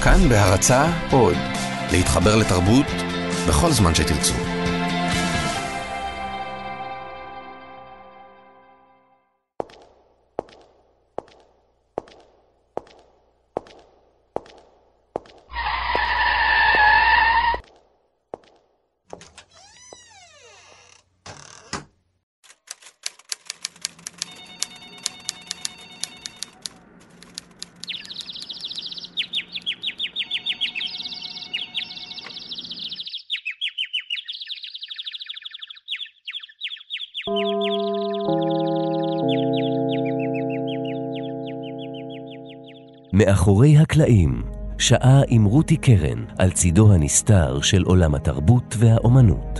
כאן בהרצאה עוד, להתחבר לתרבות בכל זמן שתרצו. מאחורי הקלעים, שעה עם רותי קרן על צידו הנסתר של עולם התרבות והאומנות.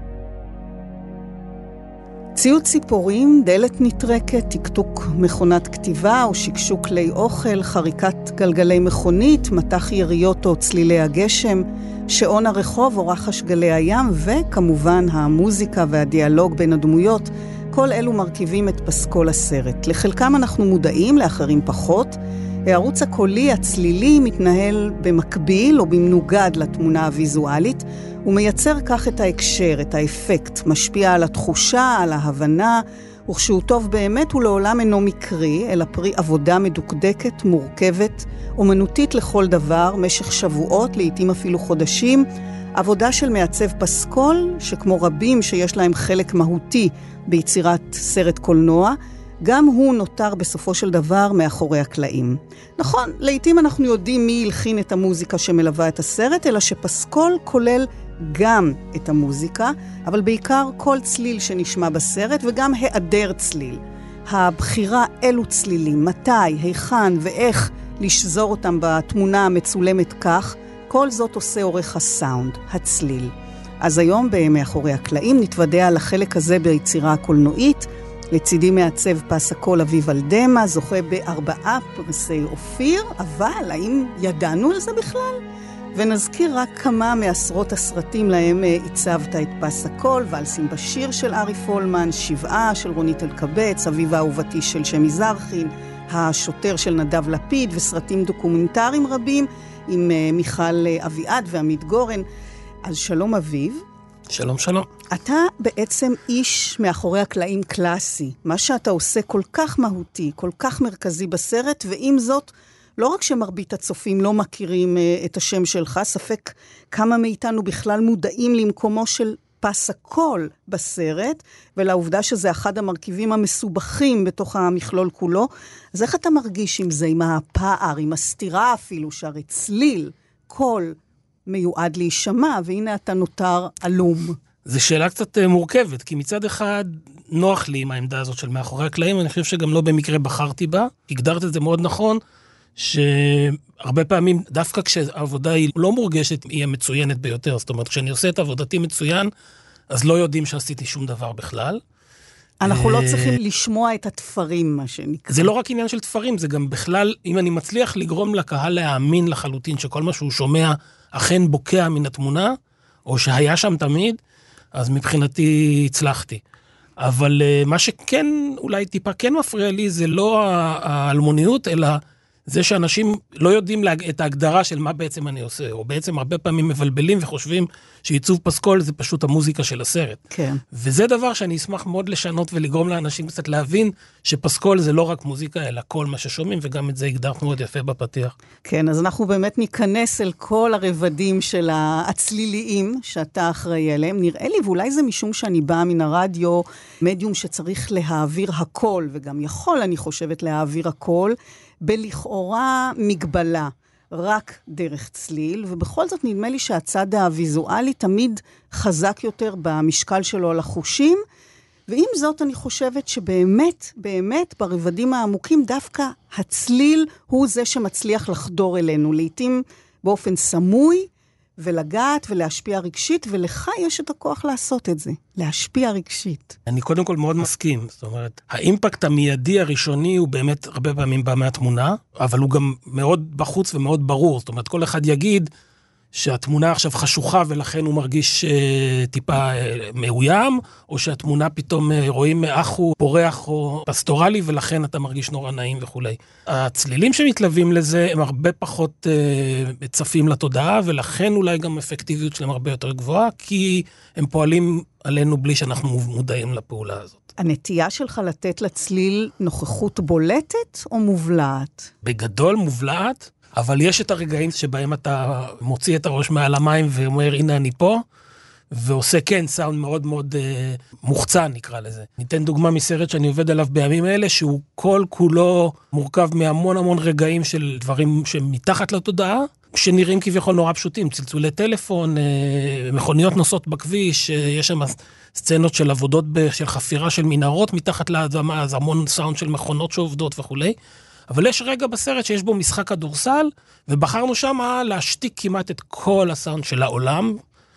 ציוד ציפורים, דלת נטרקת, טקטוק מכונת כתיבה או שקשוק כלי אוכל, חריקת גלגלי מכונית, מתח יריות או צלילי הגשם, שעון הרחוב או רחש גלי הים, וכמובן המוזיקה והדיאלוג בין הדמויות, כל אלו מרכיבים את פסקול הסרט. לחלקם אנחנו מודעים, לאחרים פחות. הערוץ הקולי, הצלילי, מתנהל במקביל או במנוגד לתמונה הוויזואלית, ומייצר כך את ההקשר, את האפקט, משפיע על התחושה, על ההבנה, וכשהוא טוב באמת הוא לעולם אינו מקרי, אלא פרי עבודה מדוקדקת, מורכבת, אומנותית לכל דבר, משך שבועות, לעתים אפילו חודשים, עבודה של מעצב פסקול, שכמו רבים שיש להם חלק מהותי ביצירת סרט קולנוע, גם הוא נותר בסופו של דבר מאחורי הקלעים. נכון, לעתים אנחנו יודעים מי הלחין את המוזיקה שמלווה את הסרט, אלא שפסקול כולל גם את המוזיקה, אבל בעיקר כל צליל שנשמע בסרט וגם היעדר צליל. הבחירה אילו צלילים, מתי, היכן ואיך לשזור אותם בתמונה המצולמת כך, כל זאת עושה עורך הסאונד, הצליל. אז היום במאחורי הקלעים נתוודע על החלק הזה ביצירה הקולנועית, לצידי מעצב פס הקול אביב אלדמה, זוכה ב4 פרסי אופיר, אבל האם ידענו על זה בכלל? ונזכיר רק כמה מעשרות הסרטים להם הצבת את פס הקול, ואלסים בשיר של ארי פולמן, 7 של רונית אלקבץ, אביב האהובתי של שמי זרחין, השוטר של נדב לפיד, וסרטים דוקומנטריים רבים עם מיכל אביעד ועמית גורן. אז שלום אביב. שלום, שלום. אתה בעצם איש מאחורי הקלעים קלאסי. מה שאתה עושה כל כך מהותי, כל כך מרכזי בסרט, ועם זאת, לא רק שמרבית הצופים לא מכירים את השם שלך, ספק כמה מאיתנו בכלל מודעים למקומו של פס הקול בסרט, ולעובדה שזה אחד המרכיבים המסובכים בתוך המכלול כולו. אז איך אתה מרגיש עם זה, עם הפער, עם הסתירה אפילו, שהרי צליל, קול, מיועד להישמע, והנה אתה נותר אלום. זו שאלה קצת מורכבת, כי מצד אחד נוח לי עם העמדה הזאת של מאחורי הקלעים, אני חושב שגם לא במקרה בחרתי בה, הגדרת את זה מאוד נכון, שהרבה פעמים, דווקא כשהעבודה היא לא מורגשת, היא מצוינת ביותר, זאת אומרת, כשאני עושה את עבודתי מצוין, אז לא יודעים שעשיתי שום דבר בכלל. אנחנו לא צריכים לשמוע את התפרים, מה שנקרא. זה לא רק עניין של תפרים, זה גם בכלל, אם אני מצליח לגרום לקהל להאמין לחלוטין שכל מה שהוא שומע אכן בוקע מן התמונה, או שהיה שם תמיד, אז מבחינתי הצלחתי. אבל מה שכן, אולי טיפה כן מפריע לי, זה לא האלמוניות, אלא זה שאנשים לא יודעים את ההגדרה של מה בעצם אני עושה, או בעצם הרבה פעמים מבלבלים וחושבים שעיצוב פסקול זה פשוט המוזיקה של הסרט. כן. וזה דבר שאני אשמח מאוד לשנות ולגרום לאנשים קצת להבין שפסקול זה לא רק מוזיקה, אלא כל מה ששומעים, וגם את זה הגדרת מאוד יפה בפתיח. כן, אז אנחנו באמת ניכנס אל כל הרבדים של הצליליים שאתה אחראי אליהם. נראה לי, ואולי זה משום שאני באה מן הרדיו, מדיום שצריך להעביר הכל, וגם יכול, אני חושבת, להעביר הכל, בלכאורה מגבלה, רק דרך צליל, ובכל זאת נדמה לי שהצד הוויזואלי תמיד חזק יותר במשקל שלו על החושים, ועם זאת אני חושבת שבאמת, באמת ברבדים העמוקים דווקא הצליל הוא זה שמצליח לחדור אלינו, לעתים באופן סמוי, ולגעת ולהשפיע רגשית, ולך יש את הכוח לעשות את זה, להשפיע רגשית. אני קודם כל מאוד מסכים, זאת אומרת, האימפקט המיידי הראשוני הוא באמת הרבה פעמים בא מהתמונה, אבל הוא גם מאוד בחוץ ומאוד ברור, זאת אומרת, כל אחד יגיד שהתמונה עכשיו חשוכה ולכן הוא מרגיש טיפה מאוים, או שהתמונה פתאום רואים אחו פורח או פסטורלי ולכן אתה מרגיש נורא נעים וכו'. הצלילים שמתלווים לזה הם הרבה פחות צפים לתודעה, ולכן אולי גם אפקטיביות שלהם הרבה יותר גבוהה, כי הם פועלים עלינו בלי שאנחנו מודעים לפעולה הזאת. הנטייה שלך לתת לצליל נוכחות בולטת או מובלעת? בגדול מובלעת, אבל יש את הרגעים שבהם אתה מוציא את הראש מעל המים ואומר, הנה אני פה, ועושה כן סאונד מאוד מאוד מוחצן, נקרא לזה. ניתן דוגמה מסרט שאני עובד עליו בימים האלה, שהוא כל כולו מורכב מהמון המון רגעים של דברים שמתחת לתודעה, שנראים כביכול נורא פשוטים, צלצולי טלפון, מכוניות נוסעות בכביש, יש שם סצנות של עבודות של חפירה של מנהרות מתחת לאדמה, אז המון סאונד של מכונות שעובדות וכו'. אבל יש רגע בסרט שיש בו משחק כדורסל, ובחרנו שם להשתיק כמעט את כל הסאונד של העולם,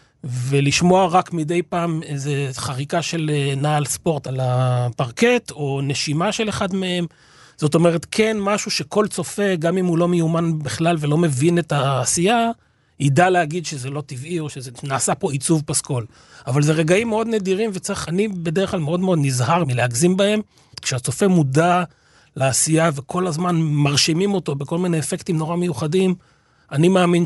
ולשמוע רק מדי פעם איזו חריקה של נעל ספורט על הפרקט, או נשימה של אחד מהם. זאת אומרת, כן, משהו שכל צופה, גם אם הוא לא מיומן בכלל ולא מבין את העשייה, ידע להגיד שזה לא טבעי, או שזה נעשה פה עיצוב פסקול. אבל זה רגעים מאוד נדירים, וצריך, אני בדרך כלל מאוד מאוד נזהר מלהגזים בהם, כשהצופה מודע לעשייה, וכל הזמן מרשימים אותו בכל מיני אפקטים נורא מיוחדים, אני מאמין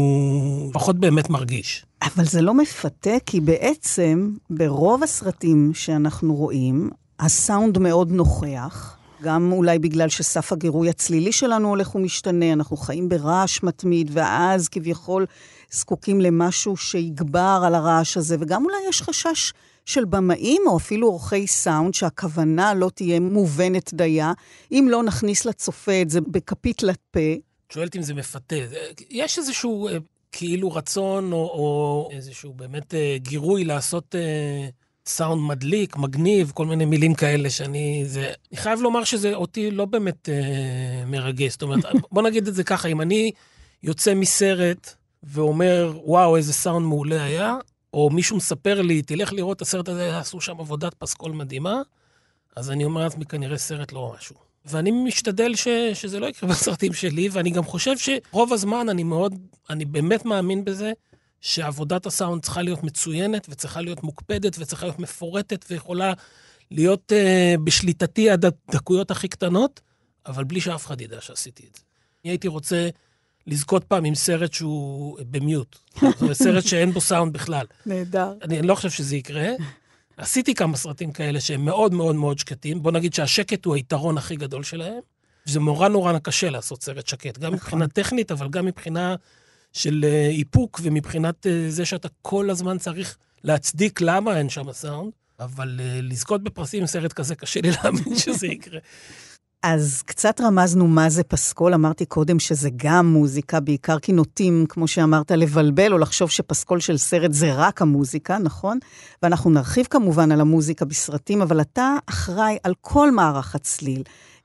שהוא פחות באמת מרגיש. אבל זה לא מפתה, כי בעצם ברוב הסרטים שאנחנו רואים, הסאונד מאוד נוכח, גם אולי בגלל שסף הגירוי הצלילי שלנו הולך ומשתנה, אנחנו חיים ברעש מתמיד, ואז כביכול זקוקים למשהו שיגבר על הרעש הזה, וגם אולי יש חשש של במאים, או אפילו עורכי סאונד, שהכוונה לא תהיה מובנת דייה, אם לא נכניס לצופה את זה בקפיטלת פה. שואלת אם זה מפתה. יש איזשהו כאילו רצון, או איזשהו באמת גירוי לעשות סאונד מדליק, מגניב, כל מיני מילים כאלה שאני חייב לומר שזה אותי לא באמת מרגש. זאת אומרת, בוא נגיד את זה ככה, אם אני יוצא מסרט ואומר, וואו, איזה סאונד מעולה היה, או מישהו מספר לי, תלך לראות את הסרט הזה, עשו שם עבודת פסקול מדהימה, אז אני אומר לעצמי, כנראה סרט לא משהו. ואני משתדל שזה לא יקרה בסרטים שלי, ואני גם חושב שרוב הזמן אני באמת מאמין בזה, שעבודת הסאונד צריכה להיות מצוינת, וצריכה להיות מוקפדת, וצריכה להיות מפורטת, ויכולה להיות בשליטתי עד הדקויות הכי קטנות, אבל בלי שאף אחד ידע שעשיתי את זה. אני הייתי רוצה לזכות פעם עם סרט שהוא במיוט. זה סרט שאין בו סאונד בכלל. נהדר. אני לא חושב שזה יקרה. עשיתי כמה סרטים כאלה שהם מאוד מאוד מאוד שקטים. בוא נגיד שהשקט הוא היתרון הכי גדול שלהם. זה נורא קשה לעשות סרט שקט. גם מבחינה טכנית, אבל גם מבחינה של איפוק, ומבחינת זה שאתה כל הזמן צריך להצדיק למה אין שם סאונד. אבל לזכות בפרסים עם סרט כזה קשה לי להאמין שזה יקרה. אז קצת רמזנו מה זה פסקול, אמרתי קודם שזה גם מוזיקה, בעיקר כי נוטים, כמו שאמרת, לבלבל או לחשוב שפסקול של סרט זה רק המוזיקה, נכון? ואנחנו נרחיב כמובן על המוזיקה בסרטים, אבל אתה אחראי על כל מערך הצליל,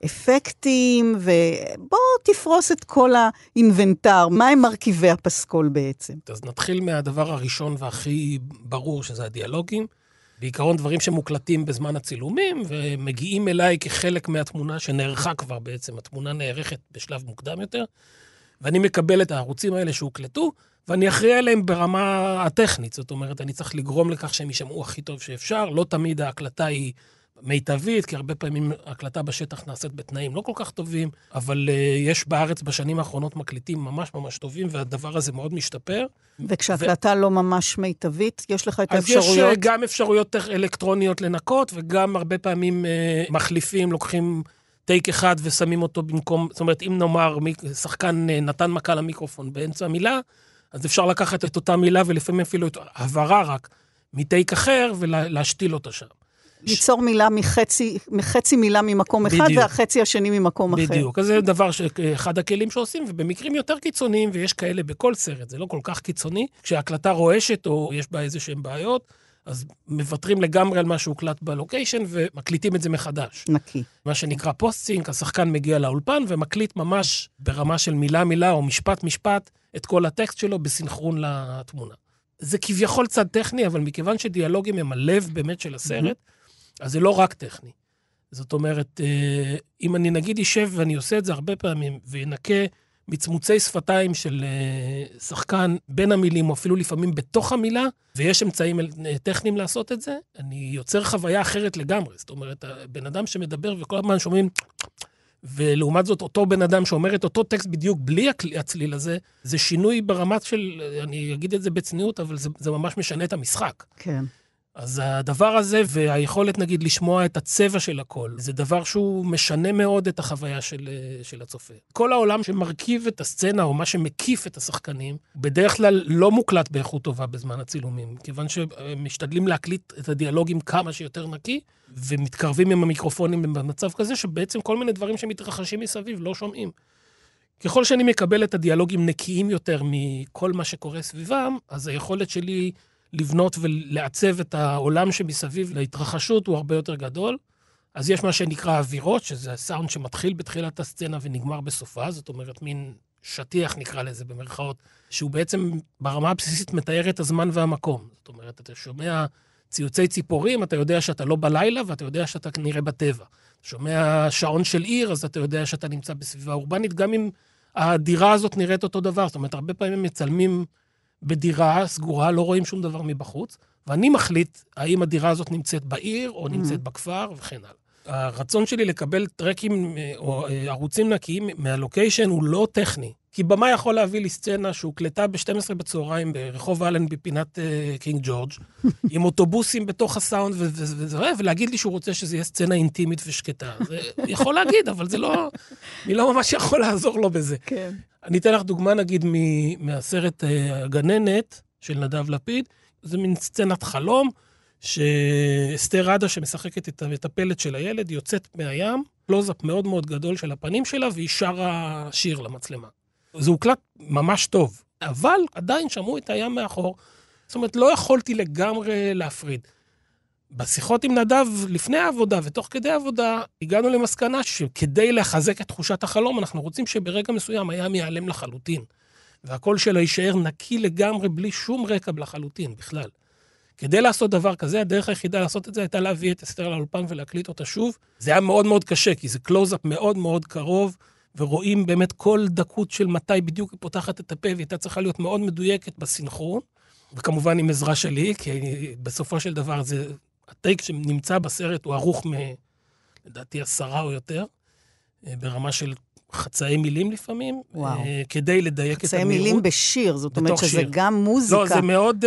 אפקטים, ובוא תפרוס את כל האינבנטר, מה הם מרכיבי הפסקול בעצם? אז נתחיל מהדבר הראשון והכי ברור שזה הדיאלוגים, בעיקרון דברים שמוקלטים בזמן הצילומים, ומגיעים אליי כחלק מהתמונה שנערכה כבר בעצם. התמונה נערכת בשלב מוקדם יותר, ואני מקבל את הערוצים האלה שהוקלטו, ואני אחראי עליהם ברמה הטכנית. זאת אומרת, אני צריך לגרום לכך שהם יישמעו הכי טוב שאפשר. לא תמיד ההקלטה היא מיטבית, כי הרבה פעמים ההקלטה בשטח נעשית בתנאים לא כל כך טובים, אבל יש בארץ בשנים האחרונות מקליטים ממש ממש טובים, והדבר הזה מאוד משתפר. וכשהקלטה לא ממש מיטבית, יש לך את האפשרויות? אז יש גם אפשרויות אלקטרוניות לנקות, וגם הרבה פעמים מחליפים, לוקחים טייק אחד ושמים אותו במקום, זאת אומרת, אם נאמר, שחקן נתן מכה למיקרופון באמצע המילה, אז אפשר לקחת את אותה מילה, ולפעמים אפילו את העברה רק מטייק אחר, ולהשתיל אותה שם. ליצור מילה מחצי מילה ממקום אחד, והחצי השני ממקום אחר. בדיוק, אז זה דבר שאחד הכלים שעושים, ובמקרים יותר קיצוניים, ויש כאלה בכל סרט, זה לא כל כך קיצוני, כשההקלטה רועשת, או יש בה איזשהם בעיות, אז מוותרים לגמרי על מה שהוקלט בלוקיישן, ומקליטים את זה מחדש. נקי. מה שנקרא פוסט-סינק, השחקן מגיע לאולפן, ומקליט ממש ברמה של מילה, או משפט, את כל הטקסט שלו בסינכרון לתמונה. זה כביכול צד טכני, אבל מכיוון שדיאלוגים הם הלב באמת של הסרט, אז זה לא רק טכני. זאת אומרת, אם אני נגיד יישב ואני עושה את זה הרבה פעמים, וינקה מצמוצי שפתיים של שחקן בין המילים, או אפילו לפעמים בתוך המילה, ויש אמצעים טכניים לעשות את זה, אני יוצר חוויה אחרת לגמרי. זאת אומרת, הבן אדם שמדבר וכל הזמן שומעים, ולעומת זאת אותו בן אדם שאומר את אותו טקסט בדיוק בלי הצליל הזה, זה שינוי ברמת של, אני אגיד את זה בצניעות, אבל זה ממש משנה את המשחק. כן. אז הדבר הזה, והיכולת נגיד לשמוע את הצבע של הכל, זה דבר שהוא משנה מאוד את החוויה של הצופה. כל העולם שמרכיב את הסצנה, או מה שמקיף את השחקנים, בדרך כלל לא מוקלט באיכות טובה בזמן הצילומים, כיוון שמשתדלים להקליט את הדיאלוגים כמה שיותר נקי, ומתקרבים עם המיקרופונים במצב כזה, שבעצם כל מיני דברים שמתרחשים מסביב לא שומעים. ככל שאני מקבל את הדיאלוגים נקיים יותר מכל מה שקורה סביבם, אז היכולת שלי לבנות ולעצב את העולם שמסביב להתרחשות הוא הרבה יותר גדול. אז יש מה שנקרא אווירות, שזה הסאונד שמתחיל בתחילת הסצנה ונגמר בסופה, זאת אומרת מין שטיח נקרא לזה במרכאות, שהוא בעצם ברמה הבסיסית מתאר את הזמן והמקום. זאת אומרת, אתה שומע ציוצי ציפורים, אתה יודע שאתה לא בלילה ואתה יודע שאתה כנראה בטבע. אתה שומע שעון של עיר, אז אתה יודע שאתה נמצא בסביבה אורבנית, גם אם הדירה הזאת נראית אותו דבר. זאת אומרת, הרבה פעמים מצלמים בדירה סגורה, לא רואים שום דבר מבחוץ, ואני מחליט האם הדירה הזאת נמצאת בעיר או נמצאת בכפר וכן הלאה. הרצון שלי לקבל טרקים או ערוצים נקיים מהלוקיישן הוא לא טכני, כי במה יכול להביא לי סצנה שהוקלטה ב-12 בצהריים ברחוב אלן בפינת קינג ג'ורג', עם אוטובוסים בתוך הסאונד ולהגיד לי שהוא רוצה שזה יהיה סצנה אינטימית ושקטה. זה יכול להגיד, אבל זה לא, אני לא ממש יכול לעזור לו בזה. כן. אני אתן לך דוגמה, נגיד, מהסרט הגננת של נדב לפיד, זה מין סצנת חלום, שאסתר עדה שמשחקת את המטפלת של הילד, יוצאת מהים, קלוזאפ מאוד מאוד גדול של הפנים שלה, והיא שרה שיר למצלמה. זה הוקלט ממש טוב, אבל עדיין שמעו את הים מאחור, זאת אומרת, לא יכולתי לגמרי להפריד. בשיחות עם נדב לפני העבודה ותוך כדי העבודה, הגענו למסקנה שכדי לחזק את תחושת החלום, אנחנו רוצים שברגע מסוים הים ייעלם לחלוטין, והקול שלו יישאר נקי לגמרי, בלי שום רקע לחלוטין בכלל. כדי לעשות דבר כזה, הדרך היחידה לעשות את זה הייתה להביא את אסתר לאולפן ולהקליט אותה שוב. זה היה מאוד מאוד קשה, כי זה קלוזאפ מאוד מאוד קרוב, ורואים באמת כל דקות של מתי בדיוק היא פותחת את הפה, והיא הייתה צריכה להיות מאוד מדויקת בסינכרון, וכמובן עם עזרה שלי, כי בסופו של דבר זה, הטייק שנמצא בסרט הוא ערוך לדעתי 10 או יותר, ברמה של חצאי מילים לפעמים, כדי לדייק את המהירות. חצאי מילים בשיר, זאת אומרת שזה גם מוזיקה. לא, זה מאוד,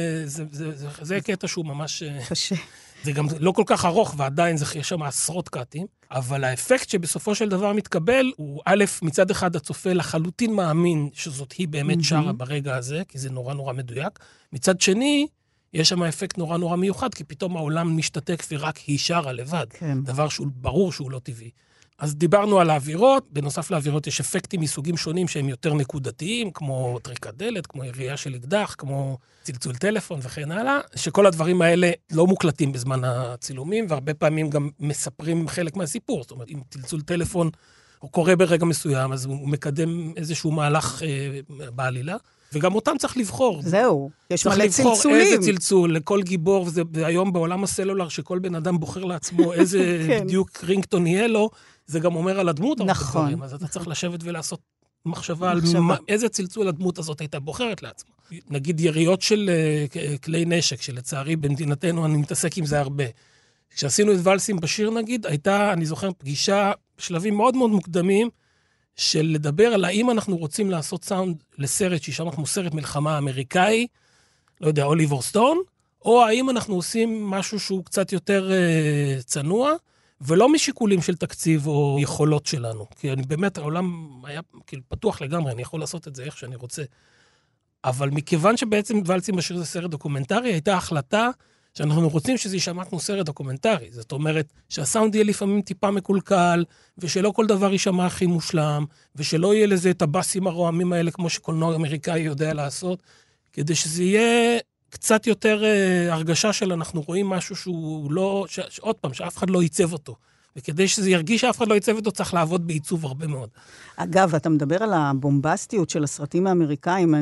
זה קטע שהוא ממש קשה. זה גם לא כל כך ארוך, ועדיין יש שם עשרות קאטים, אבל האפקט שבסופו של דבר מתקבל, הוא א', מצד אחד הצופה לחלוטין מאמין שזאת היא באמת שרה ברגע הזה, כי זה נורא נורא מדויק. מצד שני, יש שם אפקט נורא נורא מיוחד, כי פתאום העולם משתתק ורק היא שרה לבד. כן. דבר שהוא ברור שהוא לא טבעי. אז דיברנו על האווירות, בנוסף לאווירות יש אפקטים מסוגים שונים שהם יותר נקודתיים, כמו טריקת דלת, כמו ירייה של אקדח, כמו צלצול טלפון וכן הלאה, שכל הדברים האלה לא מוקלטים בזמן הצילומים, והרבה פעמים גם מספרים חלק מהסיפור. זאת אומרת, אם צלצול טלפון הוא קורה ברגע מסוים, אז הוא מקדם איזשהו מהלך בעלילה, וגם אותם צריך לבחור. זהו, יש מלא צלצולים. צריך לבחור איזה צלצול לכל גיבור, והיום בעולם הסלולר שכל בן אדם בוחר לעצמו איזה בדיוק רינגטון יהיה לו, זה גם אומר על הדמות. נכון. אז אתה צריך לשבת ולעשות מחשבה על איזה צלצול הדמות הזאת הייתה בוחרת לעצמה. נגיד יריות של כלי נשק, שלצערי במדינתנו אני מתעסק עם זה הרבה. כשעשינו את ולסים בשיר נגיד, הייתה, אני זוכר, פגישה בשלבים מאוד מאוד מוקדמים, של לדבר על האם אנחנו רוצים לעשות סאונד לסרט שישמע כמו סרט מלחמה אמריקאי, לא יודע, אוליבר סטון, או האם אנחנו עושים משהו שהוא קצת יותר צנוע, ולא משיקולים של תקציב או יכולות שלנו. כי אני באמת, העולם היה כאילו פתוח לגמרי, אני יכול לעשות את זה איך שאני רוצה. אבל מכיוון שבעצם ולסים בשיר זה סרט דוקומנטרי, הייתה החלטה שאנחנו רוצים שזה יישמע כמו סרט דוקומנטרי. זאת אומרת, שהסאונד יהיה לפעמים טיפה מקולקל, ושלא כל דבר יישמע הכי מושלם, ושלא יהיה לזה את הבאסים הרועמים האלה, כמו שקולנוע אמריקאי יודע לעשות, כדי שזה יהיה קצת יותר הרגשה של אנחנו רואים משהו שהוא לא, עוד פעם, שאף אחד לא ייצב אותו. וכדי שזה ירגיש שאף אחד לא ייצב אותו, צריך לעבוד בעיצוב הרבה מאוד. אגב, אתה מדבר על הבומבסטיות של הסרטים האמריקאים,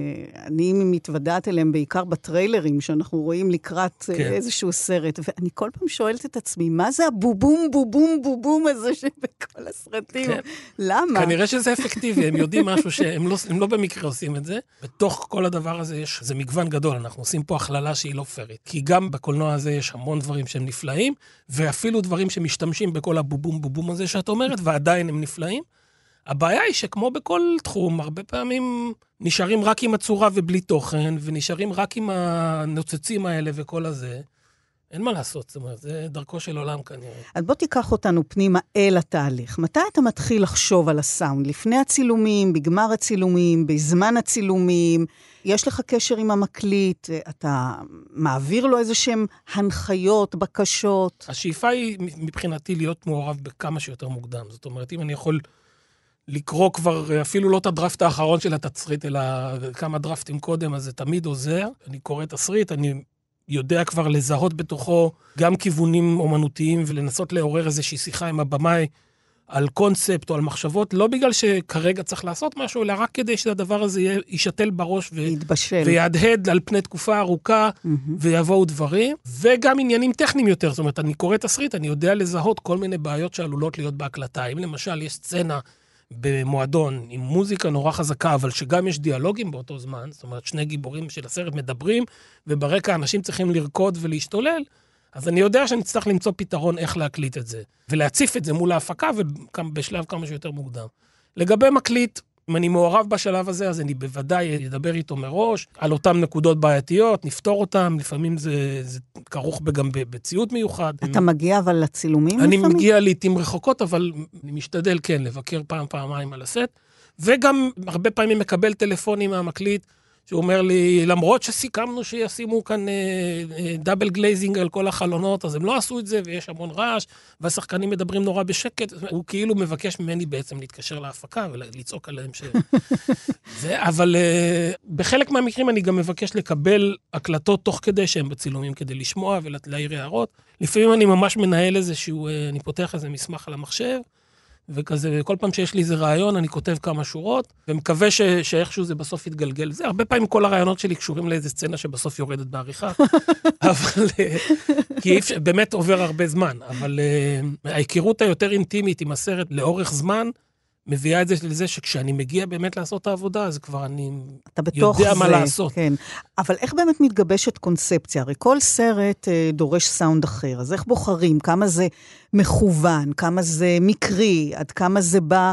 אני מתוודעת אליהם בעיקר בטריילרים, שאנחנו רואים לקראת איזשהו סרט, ואני כל פעם שואלת את עצמי, מה זה הבובום, בובום, בובום הזה שבכל הסרטים? למה? כנראה שזה אפקטיבי, הם יודעים משהו שהם לא במקרה עושים את זה. בתוך כל הדבר הזה זה מגוון גדול, אנחנו עושים פה הכללה שהיא לא פרית, כי גם בקולנוע הזה יש המון דברים שהם נפלאים, ואפילו דברים שמשתמשים בכל הבובום, בובום הזה שאת אומרת, ועדיין הם נפלאים. הבעיה היא שכמו בכל תחום, הרבה פעמים נשארים רק עם הצורה ובלי תוכן, ונשארים רק עם הנוצצים האלה וכל הזה. אין מה לעשות, זאת אומרת, זה דרכו של עולם כנראה. אז בוא תיקח אותנו פנימה אל התהליך. מתי אתה מתחיל לחשוב על הסאונד? לפני הצילומים, בגמר הצילומים, בזמן הצילומים? יש לך קשר עם המקליט? אתה מעביר לו איזשהם הנחיות, בקשות? השאיפה היא מבחינתי להיות מעורב בכמה שיותר מוקדם. זאת אומרת, אם אני יכול לקרוא כבר אפילו לא את הדרפט האחרון של התסריט, אלא כמה דרפטים קודם, אז זה תמיד עוזר. אני קורא את תסריט, אני יודע כבר לזהות בתוכו גם כיוונים אומנותיים, ולנסות לעורר איזושהי שיחה עם הבמאי על קונספט או על מחשבות, לא בגלל שכרגע צריך לעשות משהו, אלא רק כדי שהדבר הזה יישתל בראש ויהדהד על פני תקופה ארוכה, ויבואו דברים, וגם עניינים טכניים יותר. זאת אומרת, אני קורא תסריט, אני יודע לזהות כל מיני בעיות שעלולות להיות בהקלטה. אם למשל יש סצנה במועדון עם מוזיקה נורא חזקה, אבל שגם יש דיאלוגים באותו זמן, זאת אומרת, שני גיבורים של הסרט מדברים, וברקע אנשים צריכים לרקוד ולהשתולל, אז אני יודע שאני צריך למצוא פתרון איך להקליט את זה, ולהציף את זה מול ההפקה, ובשלב כמה שיותר מוקדם. לגבי מקליט, אם אני מעורב בשלב הזה, אז אני בוודאי אדבר איתו מראש, על אותם נקודות בעייתיות, נפתור אותם, לפעמים זה כרוך גם בציוד מיוחד. אתה מגיע אבל לצילומים אני לפעמים? מגיע לעתים רחוקות, אבל אני משתדל, כן, לבקר פעמיים על הסט, וגם הרבה פעמים מקבל טלפונים מהמקליט, שהוא אומר לי, למרות שסיכמנו שישימו כאן דאבל גלייזינג על כל החלונות, אז הם לא עשו את זה, ויש המון רעש, והשחקנים מדברים נורא בשקט, הוא כאילו מבקש ממני בעצם להתקשר להפקה, ולצעוק עליהם אבל בחלק מהמקרים אני גם מבקש לקבל הקלטות תוך כדי שהם בצילומים, כדי לשמוע ולהעיר הערות. לפעמים אני ממש מנהל איזשהו, אני פותח איזה מסמך על המחשב, וכזה, וכל פעם שיש לי איזה רעיון, אני כותב כמה שורות, ומקווה שאיכשהו זה בסוף יתגלגל. זה הרבה פעמים כל הרעיונות שלי קשורים לאיזה סצנה שבסוף יורדת בעריכה, אבל, כי באמת עובר הרבה זמן, אבל ההיכרות היותר אינטימית עם הסרט לאורך זמן, מביאה את זה לזה שכשאני מגיע באמת לעשות את העבודה, אז כבר אני יודע מה לעשות. כן. אבל איך באמת מתגבשת קונספציה? הרי כל סרט דורש סאונד אחר, אז איך בוחרים? כמה זה מכוון? כמה זה מקרי? עד כמה זה בא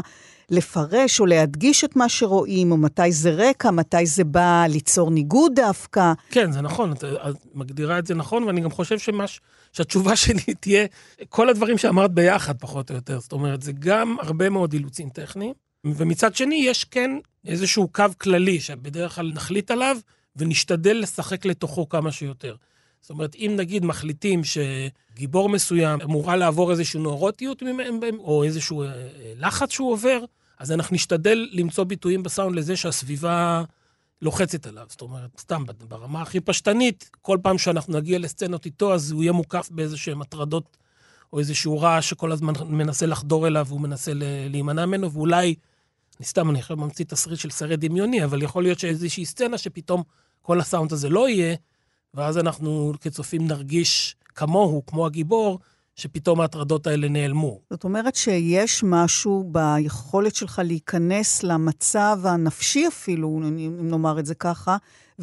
לפרש או להדגיש את מה שרואים? או מתי זה רקע? מתי זה בא ליצור ניגוד דווקא? כן, זה נכון. את מגדירה את זה נכון, ואני גם חושב שהתשובה שלי תהיה כל הדברים שאמרת ביחד, פחות או יותר. זאת אומרת, זה גם הרבה מאוד אילוצים טכניים, ומצד שני יש כן איזשהו קו כללי, שבדרך כלל נחליט עליו, ונשתדל לשחק לתוכו כמה שיותר. זאת אומרת, אם נגיד מחליטים שגיבור מסוים אמורה לעבור איזשהו נורוטיות, או איזשהו לחץ שהוא עובר, אז אנחנו נשתדל למצוא ביטויים בסאונד לזה שהסביבה לוחצת עליו. זאת אומרת, סתם ברמה הכי פשטנית, כל פעם שאנחנו נגיע לסצנות איתו, אז הוא יהיה מוקף באיזשהם הטרדות, או איזשהו רעש שכל הזמן מנסה לחדור אליו, והוא מנסה להימנע ממנו, ואולי, אני חושב ממציא תסריט של סרט דמיוני, אבל יכול להיות שאיזושהי סצנה שפתאום כל הסאונד הזה לא יהיה, ואז אנחנו כצופים נרגיש כמוהו, כמו הגיבור, שפתאום ההטרדות האלה נעלמו. זאת אומרת שיש משהו ביכולת שלך להיכנס למצב הנפשי אפילו, אם נאמר את זה ככה,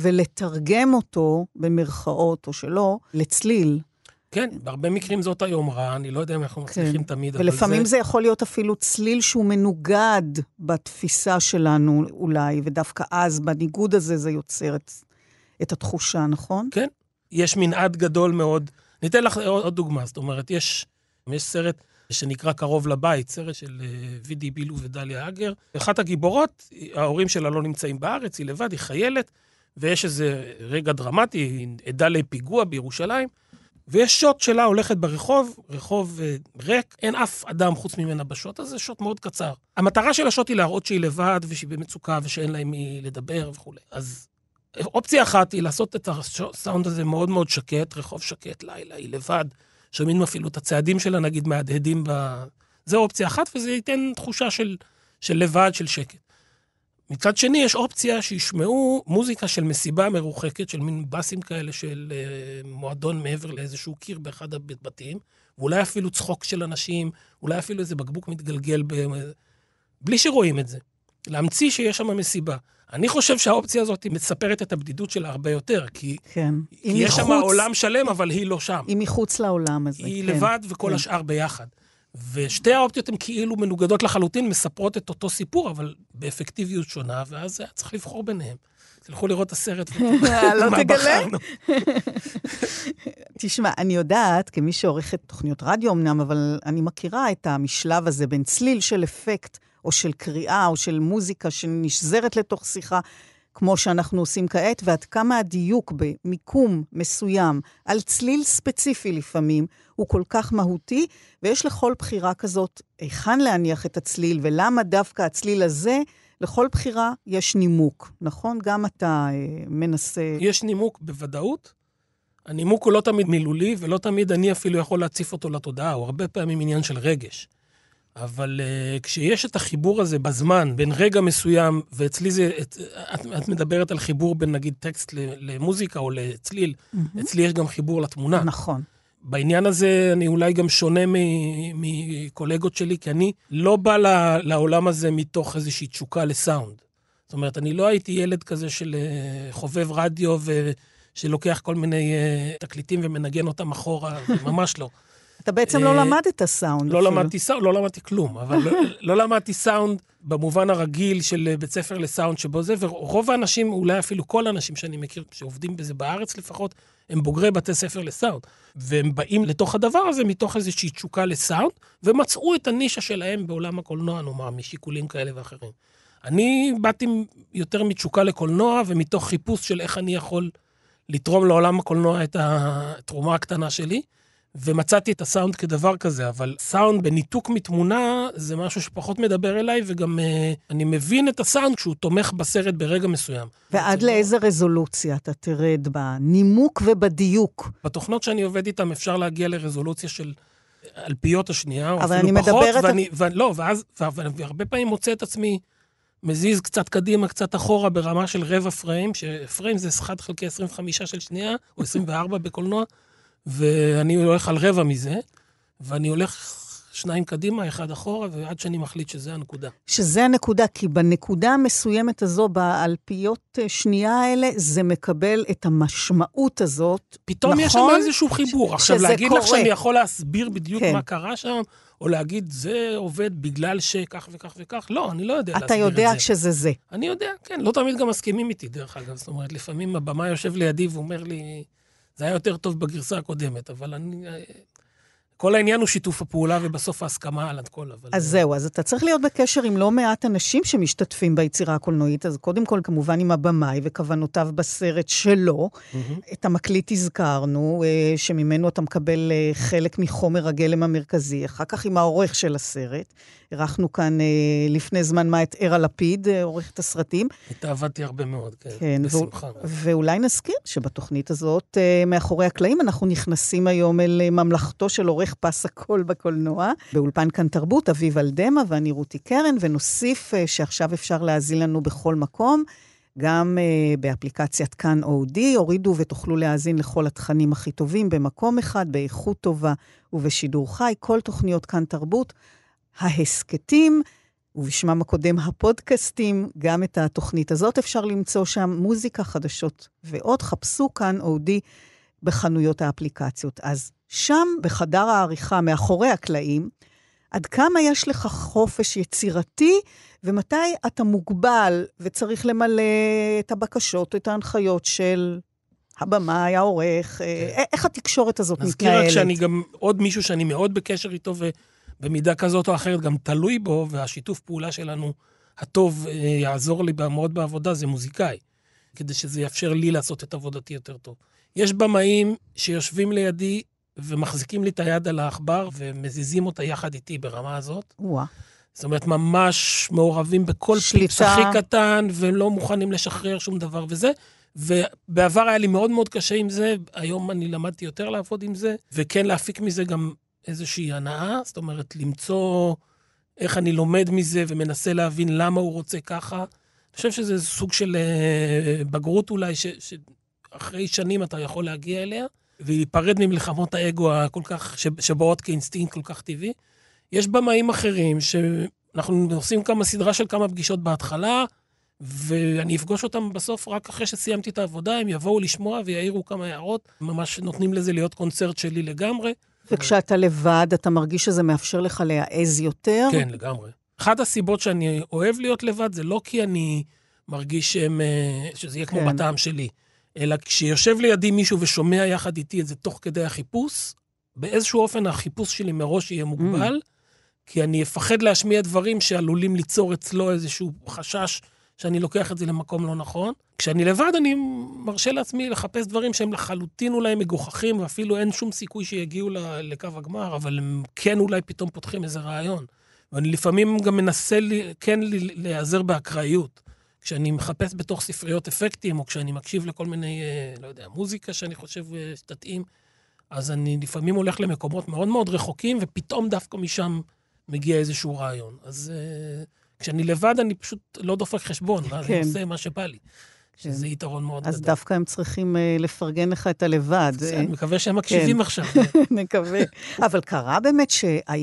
ולתרגם אותו במרכאות או שלא, לצליל. כן, בהרבה מקרים זאת היומרה, אני לא יודע אם אנחנו מצליחים תמיד. ולפעמים זה יכול להיות אפילו צליל שהוא מנוגד בתפיסה שלנו אולי, ודווקא אז בניגוד הזה זה יוצר את התחושה, נכון? כן, יש מנעד גדול מאוד. ניתן לך עוד דוגמה, זאת אומרת, יש סרט שנקרא קרוב לבית, סרט של וידי בילו ודליה אגר. אחת הגיבורות, ההורים שלה לא נמצאים בארץ, היא לבד, היא חיילת, ויש איזה רגע דרמטי, היא עדה לפיגוע בירושלים, ויש שוט שלה הולכת ברחוב, רחוב ריק, אין אף אדם חוץ ממנה בשוט, אז זה שוט מאוד קצר. המטרה של השוט היא להראות שהיא לבד, ושהיא במצוקה, ושאין לה מי לדבר וכו'. אז אופציה אחת היא לעשות את הסאונד הזה מאוד מאוד שקט, רחוב שקט, לילה, היא לבד, שומעים אפילו את הצעדים שלה, נגיד, מהדהדים זה אופציה אחת, וזה ייתן תחושה של לבד, של שקט. מצד שני, יש אופציה שישמעו מוזיקה של מסיבה מרוחקת, של מין בסים כאלה של מועדון מעבר לאיזשהו קיר באחד הבתים, ואולי אפילו צחוק של אנשים, אולי אפילו איזה בקבוק מתגלגל בלי שרואים את זה. להמציא שיש שם מסיבה. אני חושב שהאופציה הזאת מספרת את הבדידות שלה הרבה יותר, כי יש שם עולם שלם, אבל היא לא שם. היא מחוץ לעולם הזה. היא לבד וכל השאר ביחד. ושתי האופציות הן כאילו מנוגדות לחלוטין, מספרות את אותו סיפור, אבל באפקטיביות שונה, ואז צריך לבחור ביניהם. תלכו לראות את הסרט לא מה תגלה. בחרנו. תשמע, אני יודעת, כמי שעורכת תוכניות רדיו אמנם, אבל אני מכירה את המשלב הזה בין צליל של אפקט, או של קריאה, או של מוזיקה שנשזרת לתוך שיחה, כמו שאנחנו עושים כעת, ועד כמה הדיוק במיקום מסוים, על צליל ספציפי לפעמים, הוא כל כך מהותי, ויש לכל בחירה כזאת, היכן להניח את הצליל, ולמה דווקא הצליל הזה, לכל בחירה יש נימוק, נכון? גם אתה מנסה... יש נימוק בוודאות. הנימוק הוא לא תמיד מילולי, ולא תמיד אני אפילו יכול להציף אותו לתודעה, הוא הרבה פעמים עניין של רגש. אבל כשיש את החיבור הזה בזמן, בין רגע מסוים, ואצלי זה, את מדברת על חיבור בין נגיד טקסט למוזיקה או לצליל, אצלי יש גם חיבור לתמונה. נכון. בעניין הזה אני אולי גם שונה מקולגות שלי, כי אני לא בא לעולם הזה מתוך איזושהי תשוקה לסאונד. זאת אומרת, אני לא הייתי ילד כזה של חובב רדיו, ושלוקח כל מיני תקליטים ומנגן אותם אחורה, ממש לא. אתה בעצם לא למדת סאונד. לא למדתי סאונד, לא למדתי כלום, אבל לא למדתי סאונד במובן הרגיל של בית ספר לסאונד שבו זה, ורוב האנשים, אולי אפילו כל האנשים שאני מכיר, שעובדים בזה בארץ לפחות, הם בוגרי בתי ספר לסאונד, והם באים לתוך הדבר הזה מתוך איזושהי תשוקה לסאונד, ומצאו את הנישה שלהם בעולם הקולנוע, נאמר, משיקולים כאלה ואחרים. אני באתי יותר מתשוקה לקולנוע, ומתוך חיפוש של איך אני יכול לתרום לעולם הקולנוע את התרומה הקטנה שלי, ומצאתי את הסאונד כדבר כזה, אבל סאונד בניתוק מתמונה זה משהו שפחות מדבר אליי, וגם אני מבין את הסאונד כשהוא תומך בסרט ברגע מסוים. ועד לאיזה רזולוציה אתה תרד בנימוק ובדיוק? בתוכנות שאני עובד איתם אפשר להגיע לרזולוציה של אלפיות השנייה, או אבל אפילו אני פחות, מדברת... והרבה פעמים מוצא את עצמי מזיז קצת קדימה, קצת אחורה ברמה של רבע פריים, שפריים זה 1/25 של שנייה, או 24 בקולנוע, ואני הולך על רבע מזה, ואני הולך 2 קדימה, 1 אחורה, ועד שאני מחליט שזה הנקודה. שזה הנקודה, כי בנקודה המסוימת הזו, באלפיות שנייה האלה, זה מקבל את המשמעות הזאת. פתאום נכון? יש שם איזשהו חיבור. עכשיו, להגיד קורה. לך שאני יכול להסביר בדיוק כן. מה קרה שם, או להגיד, זה עובד בגלל שכך וכך וכך, לא, אני לא יודע להסביר את אתה זה. יודע שזה זה. אני יודע, כן, לא תמיד גם מסכימים איתי, דרך אגב. זאת אומרת, לפעמים הבמה יושב לידי ואומר לי, זה היה יותר טוב בגרסה הקודמת, אבל כל העניין הוא שיתוף הפעולה, ובסוף ההסכמה על הכל. אז זהו, אז אתה צריך להיות בקשר עם לא מעט אנשים שמשתתפים ביצירה הקולנועית, אז קודם כל כמובן עם הבמאי וכוונותיו בסרט שלו. את המקליט הזכרנו, שממנו אתה מקבל חלק מחומר הגלם המרכזי, אחר כך עם העורך של הסרט. ערכנו כאן לפני זמן מה את ערה לפיד, עורכת הסרטים. איתה עבדתי הרבה מאוד, כן, בשמחה. ואולי נזכיר שבתוכנית הזאת, מאחורי הקלעים, אנחנו נכנסים היום אל ממלכתו של עורך פס הקול בקולנוע, באולפן כאן תרבות, אביב אלדמה ואני רותי קרן, ונוסיף שעכשיו אפשר להזין לנו בכל מקום, גם באפליקציית כאן אודי, הורידו ותוכלו להאזין לכל התכנים הכי טובים במקום אחד, באיכות טובה ובשידור חי, כל תוכניות כאן תרבות, ההסקטים, ובשמם הקודם הפודקאסטים, גם את התוכנית הזאת אפשר למצוא שם, מוזיקה, חדשות ועוד, חפשו כאן אודי בחנויות האפליקציות. אז שם בחדר העריכה, מאחורי הקלעים, עד כמה יש לך חופש יצירתי, ומתי אתה מוגבל וצריך למלא את הבקשות, את ההנחיות של הבמאי, העורך, איך התקשורת הזאת מתנהלת? נזכיר רק שאני גם עוד מישהו שאני מאוד בקשר איתו, ובמידה כזאת או אחרת גם תלוי בו, והשיתוף פעולה שלנו הטוב יעזור לי מאוד בעבודה, זה מוזיקאי, כדי שזה יאפשר לי לעשות את עבודתי יותר טוב. יש במאים שיושבים לידי ומחזיקים לי את היד על העכבר ומזיזים אותה יחד איתי ברמה הזאת. זאת אומרת, ממש מעורבים בכל פיפס הכי קטן ולא מוכנים לשחרר שום דבר וזה. ובעבר היה לי מאוד מאוד קשה עם זה, היום אני למדתי יותר לעבוד עם זה, וכן להפיק מזה גם איזושהי הנאה, זאת אומרת, למצוא איך אני לומד מזה ומנסה להבין למה הוא רוצה ככה. אני חושב שזה סוג של בגרות אולי, שאחרי שנים אתה יכול להגיע אליה, ולהיפרד ממלחמות האגו כל כך, שבאות כאינסטינקט כל כך טבעי. יש במאים אחרים שאנחנו עושים סדרה של כמה פגישות בהתחלה, ואני אפגוש אותם בסוף רק אחרי שסיימתי את העבודה, הם יבואו לשמוע ויעירו כמה הערות, ממש נותנים לזה להיות קונצרט שלי לגמרי. וכשאתה לבד, אתה מרגיש שזה מאפשר לך להעז יותר? כן, לגמרי. אחת הסיבות שאני אוהב להיות לבד, זה לא כי אני מרגיש שזה יהיה כמו בטעם שלי, אלא כשיושב לידי מישהו ושומע יחד איתי את זה תוך כדי החיפוש, באיזשהו אופן החיפוש שלי מראש יהיה מוגבל, כי אני אפחד להשמיע דברים שעלולים ליצור אצלו איזשהו חשש שאני לוקח את זה למקום לא נכון. כשאני לבד אני מרשה לעצמי לחפש דברים שהם לחלוטין אולי מגוחכים, ואפילו אין שום סיכוי שיגיעו לקו הגמר, אבל הם כן אולי פתאום פותחים איזה רעיון. ואני לפעמים גם מנסה כן להיעזר באקראיות. כשאני מחפש בתוך ספריות אפקטים, או כשאני מקשיב לכל מיני, לא יודע, מוזיקה שאני חושב שתתאים, אז אני לפעמים הולך למקומות מאוד מאוד רחוקים, ופתאום דווקא משם מגיע איזשהו רעיון. אז כשאני לבד, אני פשוט לא דופק חשבון, ואז אני עושה מה שבא לי. שזה יתרון מאוד גדול. אז דווקא הם צריכים לפרגן לך את הלבד. אני מקווה שהם מקשיבים עכשיו. נקווה. אבל קרה באמת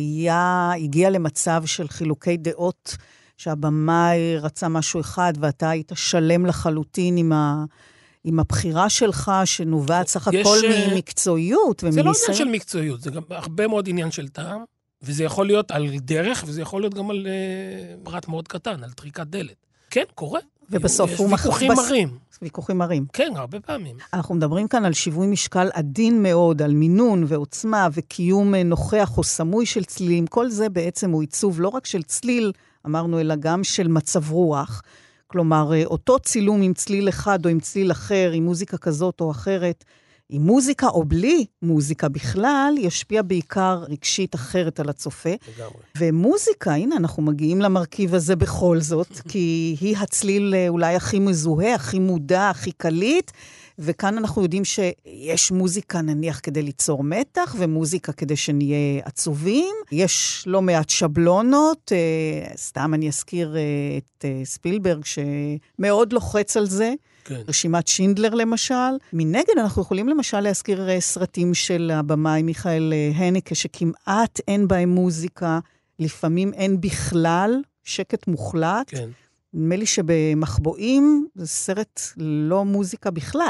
שהגיע למצב של חילוקי דעות, שהבמאי רצה משהו אחד, ואתה היית שלם לחלוטין עם הבחירה שלך, שנובעת סך הכל ממקצועיות זה לא עניין של מקצועיות, זה גם הרבה מאוד עניין של טעם, וזה יכול להיות על דרך, וזה יכול להיות גם על פרט מאוד קטן, על טריקת דלת. כן, קורה. ובסוף הוא ויכוחים מרים. ויכוחים מרים. כן, הרבה פעמים. אנחנו מדברים כאן על שיווי משקל עדין מאוד, על מינון ועוצמה וקיום נוכח או סמוי של צלילים. כל זה בעצם הוא עיצוב לא רק של צליל, אמרנו, אלא גם של מצב רוח. כלומר, אותו צילום עם צליל אחד או עם צליל אחר, עם מוזיקה כזאת או אחרת, עם מוזיקה או בלי מוזיקה בכלל, ישפיע בעיקר רגשית אחרת על הצופה. לגמרי. ומוזיקה, הנה, אנחנו מגיעים למרכיב הזה בכל זאת, כי היא הצליל אולי הכי מזוהה, הכי מודע, הכי קליט, וכאן אנחנו יודעים שיש מוזיקה נניח כדי ליצור מתח, ומוזיקה כדי שנהיה עצובים. יש לא מעט שבלונות, סתם אני אזכיר את ספילברג, שמאוד לוחץ על זה, כן. רשימת שינדלר למשל. מנגד אנחנו יכולים למשל להזכיר סרטים של הבמאי מיכאל הניקה, שכמעט אין בהם מוזיקה, לפעמים אין בכלל, שקט מוחלט. כן. נדמה לי שבמחבואים זה סרט לא מוזיקה בכלל.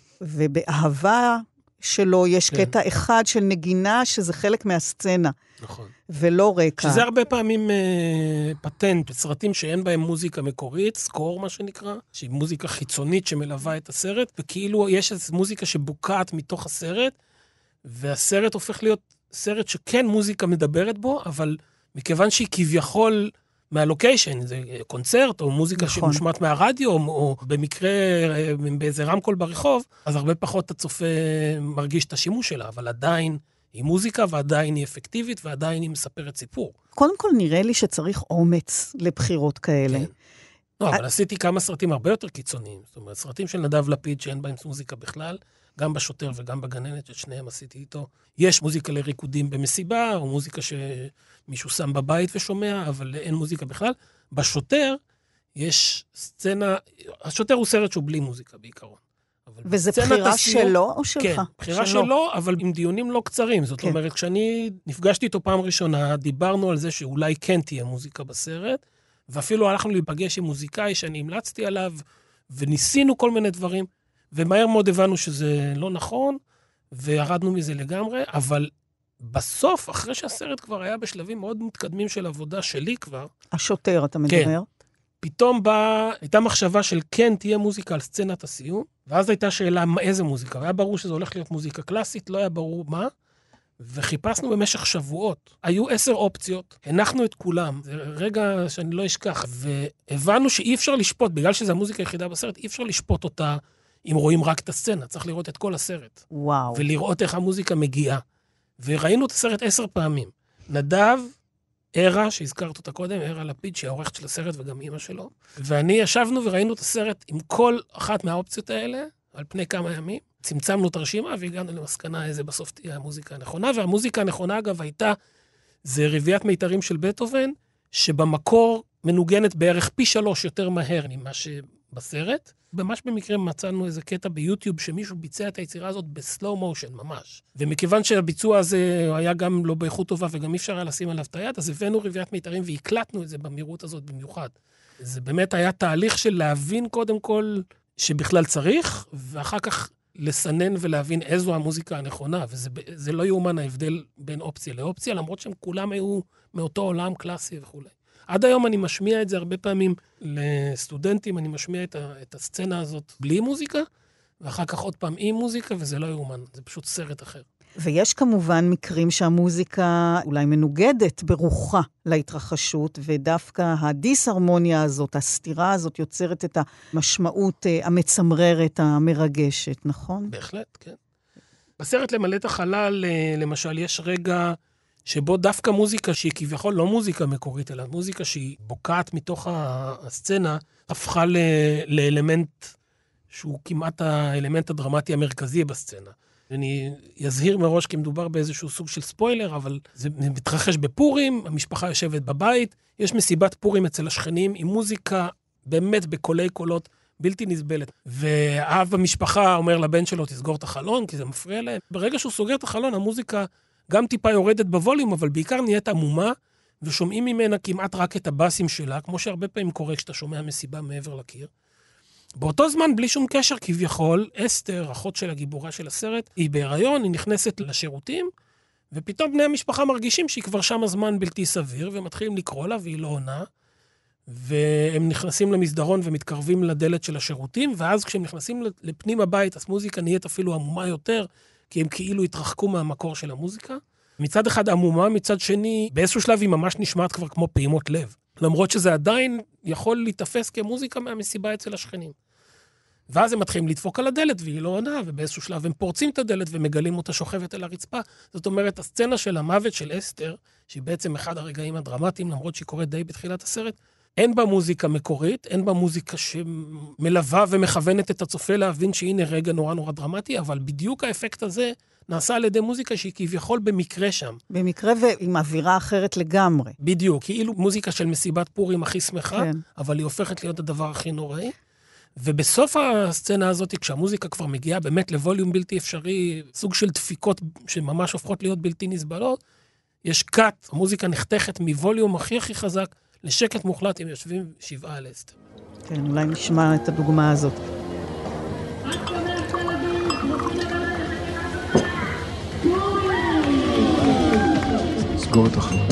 ובאהבה שלו יש קטע אחד של נגינה שזה חלק מהסצנה. נכון. ולא רקע. שזה הרבה פעמים פטנט, סרטים שאין בהם מוזיקה מקורית, סקור מה שנקרא, שהיא מוזיקה חיצונית שמלווה את הסרט, וכאילו יש איזו מוזיקה שבוקעת מתוך הסרט, והסרט הופך להיות סרט שכן מוזיקה מדברת בו, אבל מכיוון שהיא כביכול מהלוקיישן, זה קונצרט או מוזיקה נכון. שמושמעת מהרדיו, או במקרה באיזה רמקול ברחוב, אז הרבה פחות הצופה מרגיש את השימוש שלה, אבל עדיין היא מוזיקה, ועדיין היא אפקטיבית, ועדיין היא מספרת סיפור. קודם כל נראה לי שצריך אומץ לבחירות כאלה. כן. לא, אבל עשיתי כמה סרטים הרבה יותר קיצוניים. זאת אומרת, סרטים של נדב לפיד שאין בהם מוזיקה בכלל, גם בשוטר וגם בגננת, את שניהם עשיתי איתו. יש מוזיקה לריקודים במסיבה, או מוזיקה שמישהו שם בבית ושומע, אבל אין מוזיקה בכלל. בשוטר יש סצנה, השוטר הוא סרט שהוא בלי מוזיקה בעיקרון. וזה בחירה שלו או שלך? כן, בחירה שלו, אבל עם דיונים לא קצרים. זאת אומרת, כשאני נפגשתי איתו פעם ראשונה, דיברנו על זה שאולי כן תהיה מוזיקה בסרט, ואפילו הלכנו להיפגש עם מוזיקאי שאני המלצתי עליו, וניסינו כל מיני דברים, ומהר מאוד הבנו שזה לא נכון, וירדנו מזה לגמרי, אבל בסוף, אחרי שהסרט כבר היה בשלבים מאוד מתקדמים של עבודה שלי כבר, השוטר, אתה מדבר? כן. פתאום הייתה מחשבה של כן תהיה מוזיקה על סצנת הסיום, ואז הייתה שאלה איזה מוזיקה. היה ברור שזה הולך להיות מוזיקה קלאסית, לא היה ברור מה, וחיפשנו במשך שבועות. היו 10 אופציות, הנחנו את כולם, זה רגע שאני לא אשכח, והבנו שאי אפשר לשפוט, בגלל שזו המוזיקה היחידה בסרט, אי אפשר לשפוט אותה אם רואים רק את הסצנה, צריך לראות את כל הסרט. וואו. ולראות איך המוזיקה מגיעה. וראינו את הסרט 10 פעמים. נדב ערה, שהזכרת אותה קודם, ערה לפיד, שהיא העורכת של הסרט וגם אמא שלו. ואני ישבנו וראינו את הסרט עם כל אחת מהאופציות האלה, על פני כמה ימים. צמצמנו את הרשימה והגענו למסקנה איזה בסוף תהיה המוזיקה הנכונה. והמוזיקה הנכונה, אגב, הייתה, זה רביעיית מיתרים של בטהובן, שבמקור מנוגנת בערך פי 3 יותר מהר ממה שבסרט. ממש במקרה מצאנו איזה קטע ביוטיוב שמישהו ביצע את היצירה הזאת בסלואו מושן, ממש. ומכיוון שהביצוע הזה היה גם לא באיכות טובה וגם אי אפשר היה לשים עליו את היד, אז הבאנו רביעיית מיתרים והקלטנו את זה במהירות הזאת במיוחד. זה באמת היה תהליך של להבין קודם כל שבכלל צריך, ואחר כך לסנן ולהבין איזו המוזיקה הנכונה, וזה לא יאומן ההבדל בין אופציה לאופציה, למרות שהם כולם היו מאותו עולם קלאסי וכו'. עד היום אני משמיע את זה הרבה פעמים לסטודנטים, אני משמיע את הסצנה הזאת בלי מוזיקה, ואחר כך עוד פעם עם מוזיקה, וזה לא יאומן, זה פשוט סרט אחר. ויש כמובן מקרים שהמוזיקה אולי מנוגדת ברוחה להתרחשות, ודווקא הדיסהרמוניה הזאת, הסתירה הזאת, יוצרת את המשמעות המצמררת, המרגשת, נכון? בהחלט, כן. בסרט למלא החלל, למשל, יש רגע שבו דווקא מוזיקה שהיא כביכול לא מוזיקה מקורית, אלא מוזיקה שהיא בוקעת מתוך הסצנה, הפכה לאלמנט שהוא כמעט האלמנט הדרמטי המרכזי בסצנה. אני אזהיר מראש כי מדובר באיזשהו סוג של ספוילר, אבל זה מתרחש בפורים, המשפחה יושבת בבית, יש מסיבת פורים אצל השכנים עם מוזיקה באמת בקולי קולות בלתי נסבלת. ואב המשפחה אומר לבן שלו, תסגור את החלון, כי זה מפריע להם. ברגע שהוא סוגר את החלון, המוזיקה גם טיפה יורדת בווליום, אבל בעיקר נהיית עמומה, ושומעים ממנה כמעט רק את הבאסים שלה, כמו שהרבה פעמים קורה כשאתה שומע מסיבה מעבר לקיר. באותו זמן, בלי שום קשר, כביכול, אסתר, אחות של הגיבורה של הסרט, היא בהיריון, היא נכנסת לשירותים, ופתאום בני המשפחה מרגישים שהיא כבר שם הזמן בלתי סביר, ומתחילים לקרוא לה, והיא לא עונה, והם נכנסים למסדרון ומתקרבים לדלת של השירותים, ואז כשהם נכנסים לפנים הבית, אז מוזיקה נהיית אפילו עמומה יותר, כי הם כאילו התרחקו מהמקור של המוזיקה. מצד אחד עמומה, מצד שני, באיזשהו שלב היא ממש נשמעת כבר כמו פעימות לב. למרות שזה עדיין יכול להתאפס כמוזיקה מהמסיבה אצל השכנים. ואז הם מתחילים לדפוק על הדלת, והיא לא עונה, ובאיזשהו שלב הם פורצים את הדלת ומגלים אותה שוכבת על הרצפה. זאת אומרת, הסצנה של המוות של אסתר, שהיא בעצם אחד הרגעים הדרמטיים, למרות שהיא קורית די בתחילת הסרט, אין בה מוזיקה מקורית, אין בה מוזיקה שמלווה ומכוונת את הצופה להבין שהנה רגע נורא נורא דרמטי, אבל בדיוק האפקט הזה נעשה על ידי מוזיקה שהיא כביכול במקרה שם. במקרה ועם אווירה אחרת לגמרי. בדיוק, כאילו מוזיקה של מסיבת פורים הכי שמחה, כן. אבל היא הופכת להיות הדבר הכי נוראי. ובסוף הסצנה הזאת, כשהמוזיקה כבר מגיעה באמת לווליום בלתי אפשרי, סוג של דפיקות שממש הופכות להיות בלתי נסבלות, יש קאט, המוזיקה נחתכת מווליום הכי הכי חזק, לשקט מוחלט, הם יושבים 7 על אסתר. כן, אולי נשמע את הדוגמה הזאת. סגור את החלון.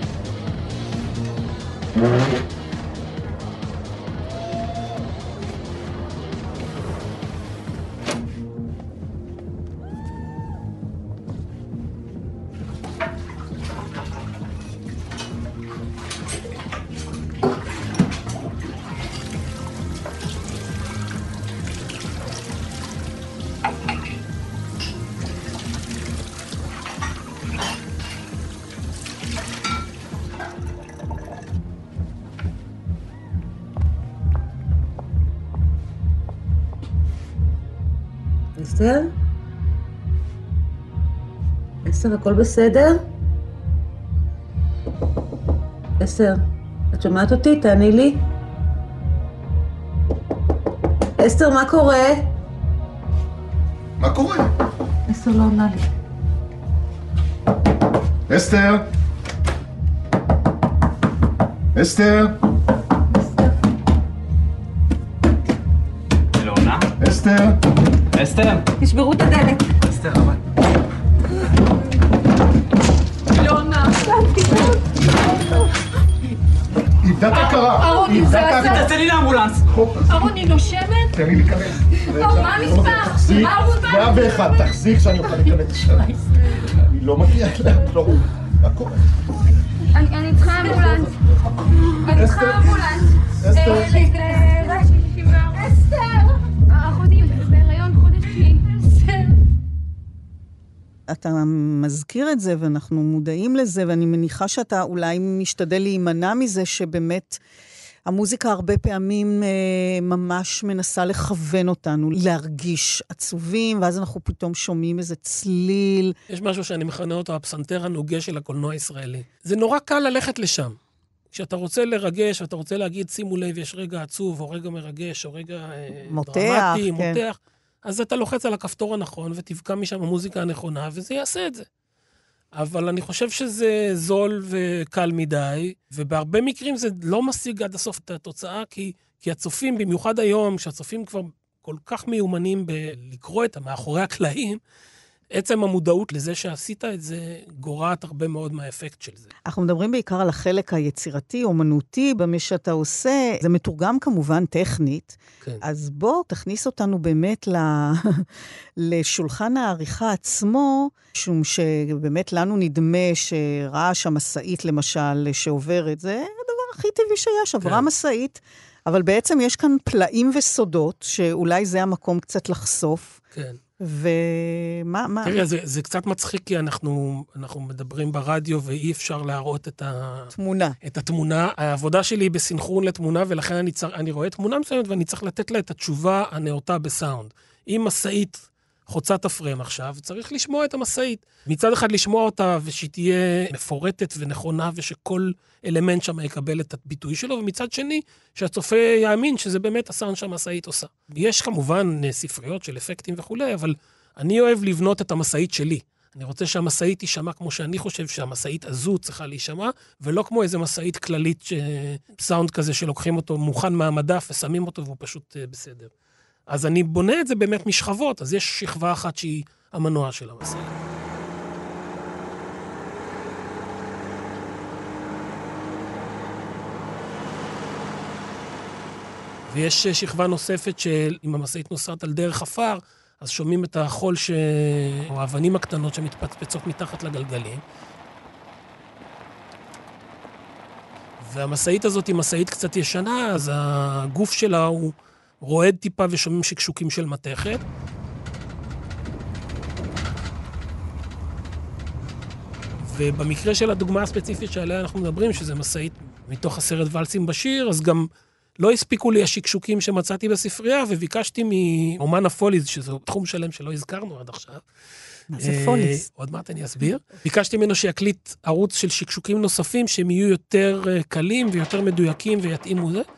אסתר? אסתר, הכל בסדר? אסתר, את שומעת אותי? תעני לי. אסתר, מה קורה? מה קורה? אסתר לא עונה לי. אסתר? אסתר? היא לא עונה? אסתר? אסתר? תשברו את הדלת. אסתר, אבל... היא לא עונה. איבדה את הכרה. אהרון, זה עשה. תעשה לי לאמבולנס. אהרון, היא נושמת? תן לי להיכנס. מה המספר? תחזיק, 101, תחזיק שאני אוכל להיכנס לשם. אני לא מגיע אליה, לא. מה קורה? אני צריכה אמבולנס. אני צריכה אמבולנס. אסתר. אסתר! אחותי בהיריון חודש 9. אתה מזכיר את זה, ואנחנו מודעים לזה, ואני מניחה שאתה אולי משתדל להימנע מזה, שבאמת המוזיקה הרבה פעמים ממש מנסה לכוון אותנו, להרגיש עצובים, ואז אנחנו פתאום שומעים איזה צליל. יש משהו שאני מכנה אותו, הפסנתר הנוגה של הקולנוע הישראלי. זה נורא קל ללכת לשם. כשאתה רוצה לרגש, ואתה רוצה להגיד, שימו לב, יש רגע עצוב, או רגע מרגש, או רגע דרמטי, מותח, אז אתה לוחץ על הכפתור הנכון, ותבקע משם המוזיקה הנכונה, וזה יעשה את זה. אבל אני חושב שזה זול וקל מדי, ובהרבה מקרים זה לא משיג עד הסוף את התוצאה, כי הצופים, במיוחד היום, שהצופים כבר כל כך מיומנים בלקרוא את מאחורי הקלעים, עצם המודעות לזה שעשית את זה, גורעת הרבה מאוד מהאפקט של זה. אנחנו מדברים בעיקר על החלק היצירתי, אומנותי, במה שאתה עושה. זה מתורגם כמובן טכנית. כן. אז בוא תכניס אותנו באמת לשולחן העריכה עצמו, משום שבאמת לנו נדמה שרעש המסעית למשל שעוברת, זה הדבר הכי טבעי שיש, עברה מסעית, אבל בעצם יש כאן פלאים וסודות, שאולי זה המקום קצת לחשוף. כן. ומה? תראי, זה קצת מצחיק, כי אנחנו מדברים ברדיו, ואי אפשר להראות את התמונה. העבודה שלי היא בסינכרון לתמונה, ולכן אני רואה תמונה מסוימת, ואני צריך לתת לה את התשובה הנאותה בסאונד. אם מסעית חוצת הפריים עכשיו, צריך לשמוע את המסעית. מצד אחד לשמוע אותה, ושהיא תהיה מפורטת ונכונה, ושכל אלמנט שם יקבל את הביטוי שלו, ומצד שני, שהצופה יאמין שזה באמת הסאונד שהמסעית עושה. יש כמובן ספריות של אפקטים וכו', אבל אני אוהב לבנות את המסעית שלי. אני רוצה שהמסעית תישמע כמו שאני חושב שהמסעית הזו צריכה להישמע, ולא כמו איזה מסעית כללית, סאונד כזה שלוקחים אותו מוכן מהמדף, ושמים אותו והוא פשוט בסדר. אז אני בונה את זה באמת משכבות, אז יש שכבה אחת שהיא המנוע של המסעית. ויש שכבה נוספת שאם המסעית נוסעת על דרך אפר, אז שומעים את החול או האבנים הקטנות שמתפצפצות מתחת לגלגלים. והמסעית הזאת היא מסעית קצת ישנה, אז הגוף שלה הוא רועד טיפה ושומעים שקשוקים של מתכת. ובמקרה של הדוגמה הספציפית שעליה אנחנו מדברים, שזה מסעית מתוך הסרט ולסים בשיר, אז גם לא הספיקו לי השקשוקים שמצאתי בספרייה, וביקשתי מאומן הפוליז, שזה תחום שלם שלא הזכרנו עד עכשיו. מה זה פוליז? עוד מעט אני אסביר. ביקשתי ממנו שיקליט ערוץ של שקשוקים נוספים, שהם יהיו יותר קלים ויותר מדויקים ויתאימו זה.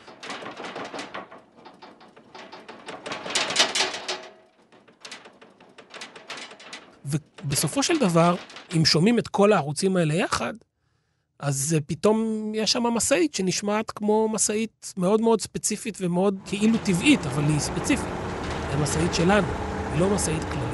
ובסופו של דבר, אם שומעים את כל הערוצים האלה יחד, אז פתאום יש שם מסעית שנשמעת כמו מסעית מאוד מאוד ספציפית ומאוד כאילו טבעית, אבל היא ספציפית. היא מסעית שלנו, היא לא מסעית כללית.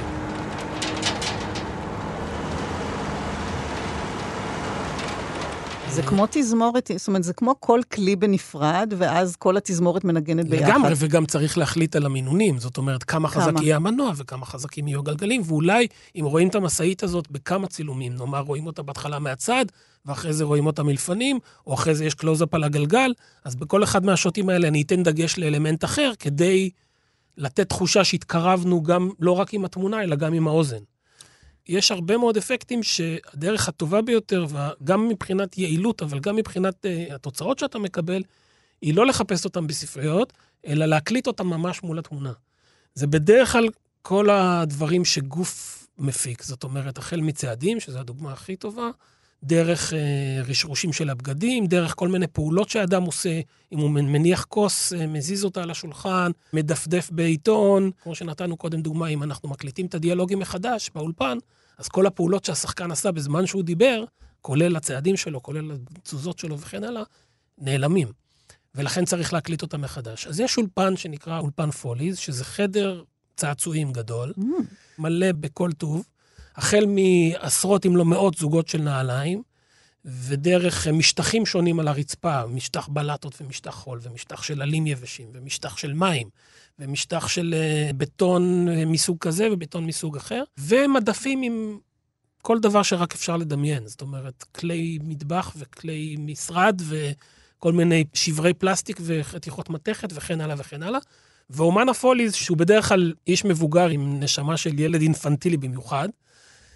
זה כמו תזמורת, זאת אומרת, זה כמו כל כלי בנפרד, ואז כל התזמורת מנגנת ביחד. לגמרי, וגם צריך להחליט על המינונים, זאת אומרת, כמה חזק יהיה המנוע וכמה חזקים יהיו הגלגלים, ואולי אם רואים את המסעית הזאת בכמה צילומים, נאמר רואים אותה בהתחלה מהצד, ואחרי זה רואים אותה מלפנים, או אחרי זה יש קלוזאפ על הגלגל, אז בכל אחד מהשוטים האלה אני אתן דגש לאלמנט אחר, כדי לתת תחושה שהתקרבנו גם לא רק עם התמונה, אלא גם עם האוזן. יש הרבה מאוד אפקטים שהדרך הטובה ביותר, וגם מבחינת יעילות, אבל גם מבחינת התוצאות שאתה מקבל, היא לא לחפש אותם בספריות, אלא להקליט אותם ממש מול התמונה. זה בדרך כלל כל הדברים שגוף מפיק, זאת אומרת, החל מצעדים, שזו הדוגמה הכי טובה, דרך רשרושים של הבגדים, דרך כל מיני פעולות שהאדם עושה, אם הוא מניח כוס, מזיז אותה על השולחן, מדפדף בעיתון, כמו שנתנו קודם דוגמה, אם אנחנו מקליטים את הדיאלוגים מחדש באולפן, אז כל הפעולות שהשחקן עשה בזמן שהוא דיבר, כולל הצעדים שלו, כולל התזוזות שלו וכן הלאה, נעלמים. ולכן צריך להקליט אותם מחדש. אז יש אולפן שנקרא אולפן פוליז, שזה חדר צעצועים גדול, מלא בכל טוב, החל מעשרות אם לא מאות זוגות של נעליים, ודרך משטחים שונים על הרצפה, משטח בלטות ומשטח חול, ומשטח של עלים יבשים, ומשטח של מים, ומשטח של בטון מסוג כזה, ובטון מסוג אחר, ומדפים עם כל דבר שרק אפשר לדמיין. זאת אומרת, כלי מטבח וכלי משרד, וכל מיני שברי פלסטיק וחתיכות מתכת, וכן הלאה וכן הלאה. ואומן הפוליז, שהוא בדרך כלל איש מבוגר עם נשמה של ילד אינפנטילי במיוחד,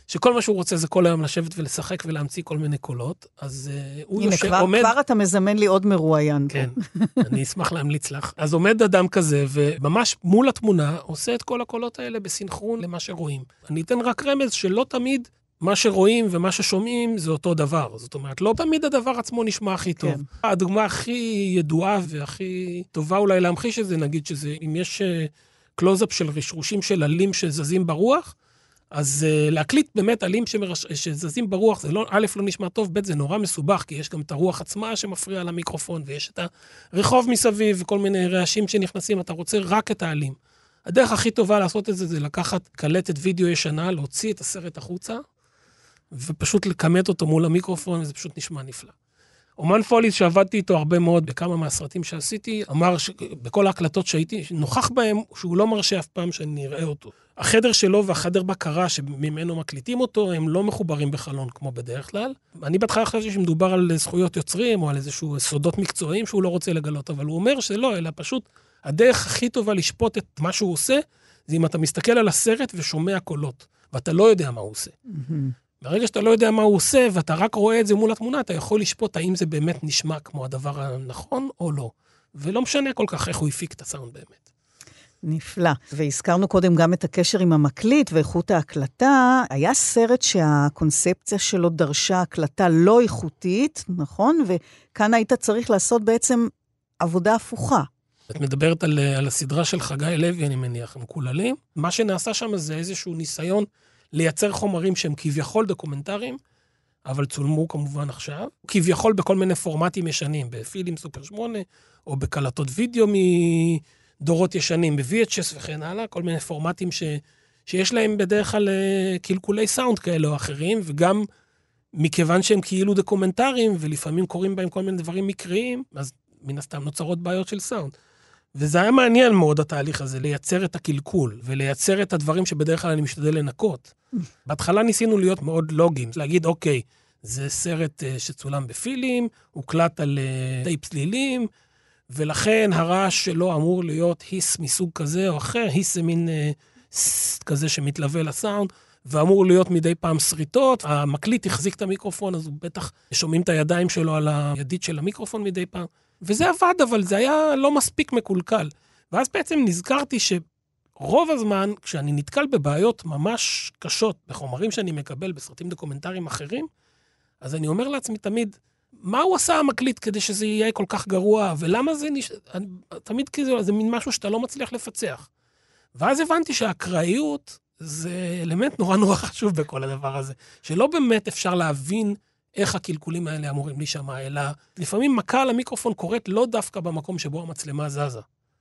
שכל מה שהוא רוצה זה כל היום לשבת ולשחק ולהמציא כל מיני קולות, אז הוא הנה, כבר אתה מזמן לי עוד מרואיין. כן, אני אשמח להמליץ לך. אז עומד אדם כזה, וממש מול התמונה, עושה את כל הקולות האלה בסינכרון למה שרואים. אני אתן רק רמז שלא תמיד מה שרואים ומה ששומעים זה אותו דבר. זאת אומרת, לא תמיד הדבר עצמו נשמע הכי טוב. כן. הדוגמה הכי ידועה והכי טובה אולי להמחיש את זה, נגיד שזה, אם יש קלוזאפ של רשרושים של עלים שזזים ברוח, אז להקליט באמת עלים שזזים ברוח, זה לא, א', לא נשמע טוב, ב', זה נורא מסובך, כי יש גם את הרוח עצמה שמפריע למיקרופון, ויש את הרחוב מסביב, וכל מיני רעשים שנכנסים, אתה רוצה רק את העלים. הדרך הכי טובה לעשות את זה, זה לקחת קלטת וידאו ישנה, להוציא את הסרט החוצה, ופשוט לקמת אותו מול המיקרופון, וזה פשוט נשמע נפלא. אומן פוליס שעבדתי איתו הרבה מאוד בכמה מהסרטים שעשיתי, אמר שבכל ההקלטות שהייתי נוכח בהם, שהוא לא מרשה אף פעם שאני אראה אותו. החדר שלו והחדר בקרה שממנו מקליטים אותו, הם לא מחוברים בחלון כמו בדרך כלל. אני בהתחלה חשבתי שמדובר על זכויות יוצרים, או על איזשהו סודות מקצועיים שהוא לא רוצה לגלות, אבל הוא אומר שלא, אלא פשוט הדרך הכי טובה לשפוט את מה שהוא עושה, זה אם אתה מסתכל על הסרט ושומע קולות, ואתה לא יודע מה הוא עושה. ברגע שאתה לא יודע מה הוא עושה, ואתה רק רואה את זה מול התמונה, אתה יכול לשפוט האם זה באמת נשמע כמו הדבר הנכון או לא. ולא משנה כל כך איך הוא הפיק את הסאונד באמת. נפלא. והזכרנו קודם גם את הקשר עם המקליט ואיכות ההקלטה. היה סרט שהקונספציה שלו דרשה הקלטה לא איכותית, נכון? וכאן היית צריך לעשות בעצם עבודה הפוכה. את מדברת על הסדרה של חגי לוי, אני מניח, עם כוללים. מה שנעשה שם זה איזשהו ניסיון לייצר חומרים שהם כביכול דוקומנטריים, אבל צולמו כמובן עכשיו, כביכול בכל מיני פורמטים ישנים, בפילים סופר 8, או בקלטות וידאו מדורות ישנים, ב-VHS וכן הלאה, כל מיני פורמטים שיש להם בדרך כלל קלקולי סאונד כאלה או אחרים, וגם מכיוון שהם כאילו דוקומנטריים, ולפעמים קוראים בהם כל מיני דברים מקריים, אז מן הסתם נוצרות בעיות של סאונד. וזה היה מעניין מאוד התהליך הזה, לייצר את הקלקול, ולייצר את הדברים שבדרך כלל אני משתדל לנקות. בהתחלה ניסינו להיות מאוד לוגיים, להגיד, אוקיי, זה סרט שצולם בפילים, הוקלט על טייפ צלילים, ולכן הרעש שלו אמור להיות היס מסוג כזה או אחר, היס זה מין כזה שמתלווה לסאונד, ואמור להיות מדי פעם שריטות, המקליט החזיק את המיקרופון, אז הוא בטח שומעים את הידיים שלו על הידית של המיקרופון מדי פעם, וזה עבד, אבל זה היה לא מספיק מקולקל. ואז בעצם נזכרתי שרוב הזמן, כשאני נתקל בבעיות ממש קשות, בחומרים שאני מקבל בסרטים דוקומנטריים אחרים, אז אני אומר לעצמי תמיד, מה הוא עשה המקליט כדי שזה יהיה כל כך גרוע, ולמה זה תמיד כזה, זה מין משהו שאתה לא מצליח לפצח. ואז הבנתי שהאקראיות זה אלמנט נורא נורא חשוב בכל הדבר הזה, שלא באמת אפשר להבין איך הקלקולים האלה אמורים להישמע, אלא לפעמים מכה על המיקרופון קורית לא דווקא במקום שבו המצלמה זזה.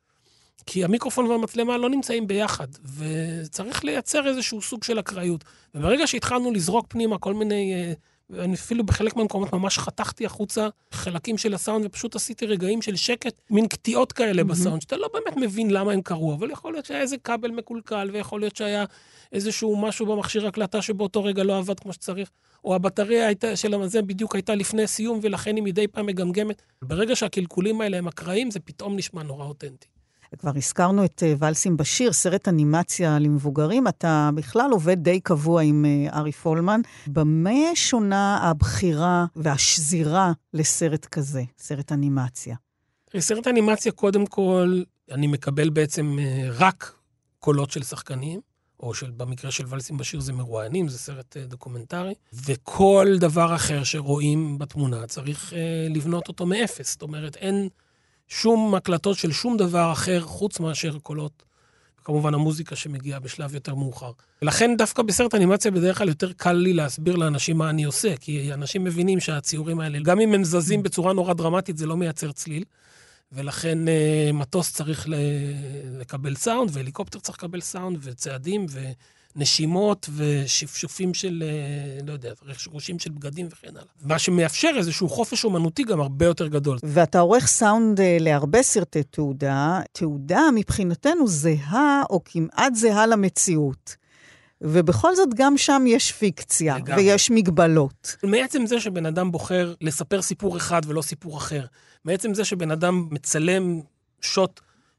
כי המיקרופון והמצלמה לא נמצאים ביחד, וצריך לייצר איזשהו סוג של אקראיות. וברגע שהתחלנו לזרוק פנימה כל מיני, אני אפילו בחלק מהמקומות ממש חתכתי החוצה חלקים של הסאונד, ופשוט עשיתי רגעים של שקט, מין קטיעות כאלה בסאונד, שאתה לא באמת מבין למה הם קרו, אבל יכול להיות שהיה איזה כבל מקולקל, ויכול להיות שהיה איזשהו משהו במכשיר הקלטה שבאותו רגע לא עבד כמו שצריך, או הבטריה של המזה בדיוק הייתה לפני סיום, ולכן היא מדי פעם מגמגמת. ברגע שהקלקולים האלה הם אקראיים, זה פתאום נשמע נורא אותנטי. כבר הזכרנו את ולסים בשיר, סרט אנימציה למבוגרים, אתה בכלל עובד די קבוע עם ארי פולמן. במה שונה הבחירה והשזירה לסרט כזה, סרט אנימציה? סרט אנימציה, קודם כל, אני מקבל בעצם רק קולות של שחקנים, או במקרה של ולסים בשיר זה מרואיינים, זה סרט דוקומנטרי, וכל דבר אחר שרואים בתמונה צריך לבנות אותו מאפס. זאת אומרת, אין שום הקלטות של שום דבר אחר חוץ מאשר קולות, וכמובן המוזיקה שמגיעה בשלב יותר מאוחר. ולכן דווקא בסרט אנימציה בדרך כלל יותר קל לי להסביר לאנשים מה אני עושה, כי אנשים מבינים שהציורים האלה, גם אם הם זזים בצורה נורא דרמטית, זה לא מייצר צליל, ולכן מטוס צריך לקבל סאונד, והליקופטר צריך לקבל סאונד, וצעדים, ונשימות, ושפשופים של, לא יודע, רשושים של בגדים וכן הלאה. מה שמאפשר איזשהו חופש אומנותי גם הרבה יותר גדול. ואתה עורך סאונד להרבה סרטי תעודה. תעודה מבחינתנו זהה, או כמעט זהה למציאות. ובכל זאת גם שם יש פיקציה, ויש מגבלות. מעצם זה שבן אדם בוחר לספר סיפור אחד ולא סיפור אחר, מעצם זה שבן אדם מצלם שוט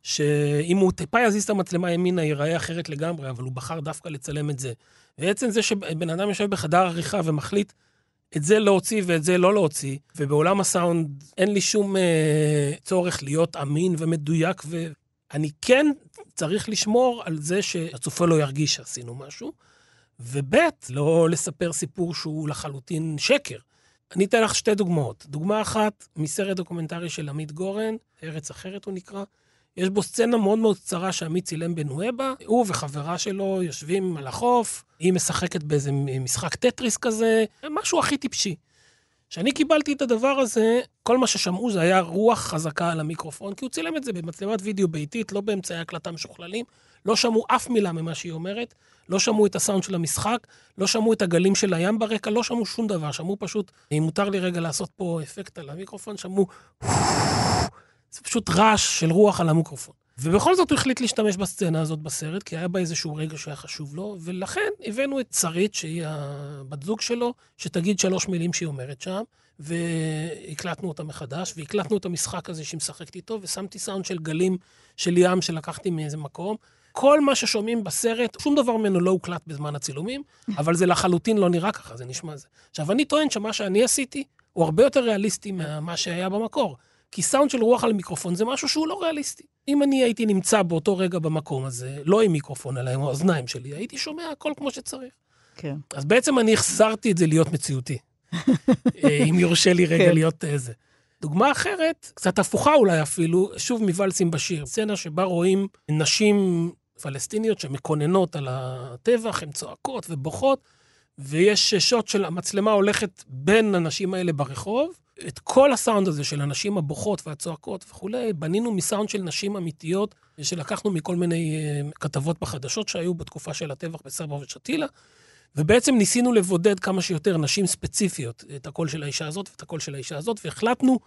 שאם הוא טיפה יזיז את המצלמה ימינה, ייראה אחרת לגמרי, אבל הוא בחר דווקא לצלם את זה. בעצם זה שבן אדם יושב בחדר עריכה ומחליט את זה להוציא ואת זה לא להוציא, ובעולם הסאונד אין לי שום צורך להיות אמין ומדויק, ואני כן צריך לשמור על זה שהצופה לא ירגיש שעשינו משהו, ובית, לא לספר סיפור שהוא לחלוטין שקר. אני אתן לך שתי דוגמאות. דוגמה אחת, מסרט דוקומנטרי של עמית גורן, ארץ אחרת הוא נקרא, יש בו סצנה מאוד מאוד קצרה שעמית צילם בנואבה, הוא וחברה שלו יושבים על החוף, היא משחקת באיזה משחק טטריס כזה, משהו הכי טיפשי. כשאני קיבלתי את הדבר הזה, כל מה ששמעו זה היה רוח חזקה על המיקרופון, כי הוא צילם את זה במצלמת וידאו ביתית, לא באמצעי הקלטה משוכללים, לא שמעו אף מילה ממה שהיא אומרת, לא שמעו את הסאונד של המשחק, לא שמעו את הגלים של הים ברקע, לא שמעו שום דבר, שמעו פשוט, אם מותר לי רגע לעשות פה אפקט על המיקרופון, שמעו, זה פשוט רעש של רוח על המיקרופון. ובכל זאת הוא החליט להשתמש בסצנה הזאת בסרט, כי היה בה איזשהו רגע שהיה חשוב לו, ולכן הבאנו את שרית, שהיא הבת זוג שלו, שתגיד 3 מילים שהיא אומרת שם, והקלטנו אותה מחדש, והקלטנו את המשחק הזה שהיא משחקת איתו, ושמתי סאונד של גלים של ים שלקחתי מאיזה מקום. כל מה ששומעים בסרט, שום דבר ממנו לא הוקלט בזמן הצילומים, אבל זה לחלוטין לא נראה ככה, זה נשמע זה. עכשיו, אני טוען שמה שאני עשיתי, הוא הרבה יותר ריאליסטי ממה שהיה במקור. כי סאונד של רוח על מיקרופון זה משהו שהוא לא ריאליסטי. אם אני הייתי נמצא באותו רגע במקום הזה, לא עם מיקרופון, אלא עם האוזניים שלי, הייתי שומע הכל כמו שצריך. כן. אז בעצם אני החזרתי את זה להיות מציאותי. אם יורשה לי רגע להיות איזה. דוגמה אחרת, קצת הפוכה אולי אפילו, שוב מבלסים בשיר. סצנה שבה רואים נשים פלסטיניות שמקוננות על הטבח, הן צועקות ובוכות, ויש שוט של המצלמה הולכת בין הנשים האלה ברחוב, את כל הסאונד הזה של הנשים הבוכות והצועקות וכולי, בנינו מסאונד של נשים אמיתיות, שלקחנו מכל מיני כתבות בחדשות שהיו בתקופה של הטבח בסבא ושתילה, ובעצם ניסינו לבודד כמה שיותר נשים ספציפיות, את הקול של האישה הזאת ואת הקול של האישה הזאת, והחלטנו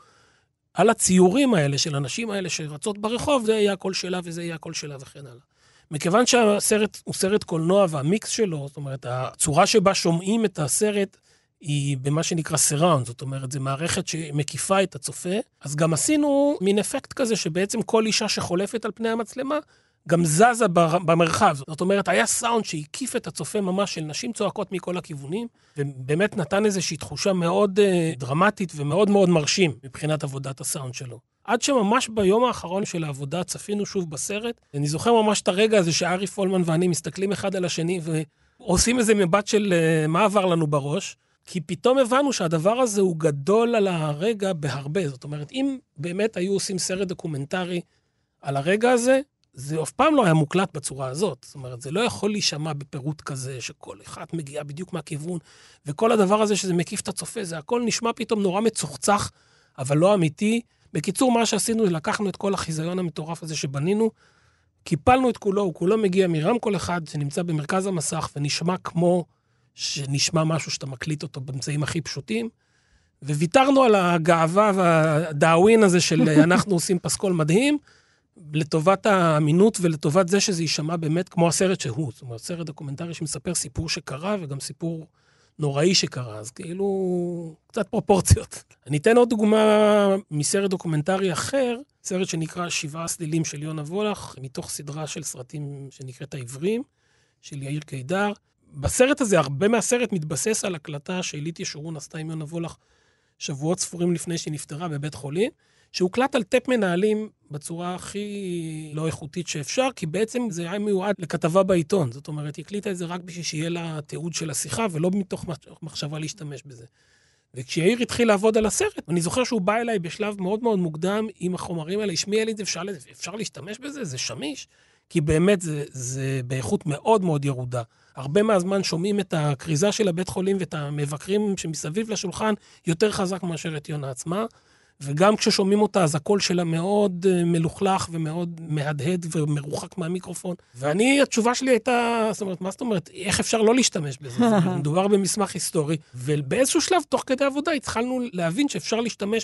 על הציורים האלה של הנשים האלה שרצות ברחוב, זה יהיה הקול שלה וזה יהיה הקול שלה וכן הלאה. מכיוון שהסרט הוא סרט קולנוע והמיקס שלו, זאת אומרת, הצורה שבה שומעים את הסרט היא במה שנקרא סיראונד, זאת אומרת, זו מערכת שמקיפה את הצופה, אז גם עשינו מין אפקט כזה שבעצם כל אישה שחולפת על פני המצלמה, גם זזה במרחב. זאת אומרת, היה סאונד שהקיף את הצופה ממש של נשים צועקות מכל הכיוונים, ובאמת נתן איזושהי תחושה מאוד דרמטית ומאוד מאוד מרשים מבחינת עבודת הסאונד שלו. עד שממש ביום האחרון של העבודה צפינו שוב בסרט, אני זוכר ממש את הרגע הזה שארי פולמן ואני מסתכלים אחד על השני ועושים איזה מבט של מה עבר לנו בראש, כי פתאום הבנו שהדבר הזה הוא גדול על הרגע בהרבה. זאת אומרת, אם באמת היו עושים סרט דוקומנטרי על הרגע הזה, זה אף פעם לא היה מוקלט בצורה הזאת. זאת אומרת, זה לא יכול להישמע בפירוט כזה, שכל אחד מגיע בדיוק מהכיוון, וכל הדבר הזה שזה מקיף את הצופה, זה הכל נשמע פתאום נורא מצוחצח, אבל לא אמיתי. בקיצור, מה שעשינו, לקחנו את כל החיזיון המטורף הזה שבנינו, קיפלנו את כולו, הוא כולו מגיע מרמקול אחד שנמצא במרכז המסך, ונשמע כמו שנשמע משהו שאתה מקליט אותו באמצעים הכי פשוטים, וויתרנו על הגאווה והדאווין הזה של אנחנו עושים פסקול מדהים, לטובת האמינות ולטובת זה שזה יישמע באמת כמו הסרט שהוא. זאת אומרת, סרט דוקומנטרי שמספר סיפור שקרה וגם סיפור נוראי שקרה, אז כאילו קצת פרופורציות. אני אתן עוד דוגמה מסרט דוקומנטרי אחר, סרט שנקרא 7 סלילים של יונה וולך, מתוך סדרה של סרטים שנקראת העברים, של יאיר קידר. בסרט הזה, הרבה מהסרט מתבסס על הקלטה שאילית ישורון עשתה עם יונה וולך שבועות ספורים לפני שהיא נפטרה בבית חולים, שהוקלט על טפ מנהלים בצורה הכי לא איכותית שאפשר, כי בעצם זה היה מיועד לכתבה בעיתון. זאת אומרת, היא הקליטה את זה רק בשביל שיהיה לה תיעוד של השיחה, ולא מתוך מחשבה להשתמש בזה. וכשיאיר התחיל לעבוד על הסרט, אני זוכר שהוא בא אליי בשלב מאוד מאוד מוקדם עם החומרים האלה, השמיע לי את זה, אפשר להשתמש בזה, זה שמיש, כי באמת זה באיכות מאוד מאוד ירודה. הרבה מהזמן שומעים את הקריזה של הבית חולים ואת המבקרים שמסביב לשולחן יותר חזק מאשר את יונה עצמה, וגם כששומעים אותה, אז הקול שלה מאוד מלוכלך ומאוד מהדהד ומרוחק מהמיקרופון. ואני, התשובה שלי הייתה, זאת אומרת, מה זאת אומרת? איך אפשר לא להשתמש בזה? מדובר במסמך היסטורי, ובאיזשהו שלב, תוך כדי עבודה, התחלנו להבין שאפשר להשתמש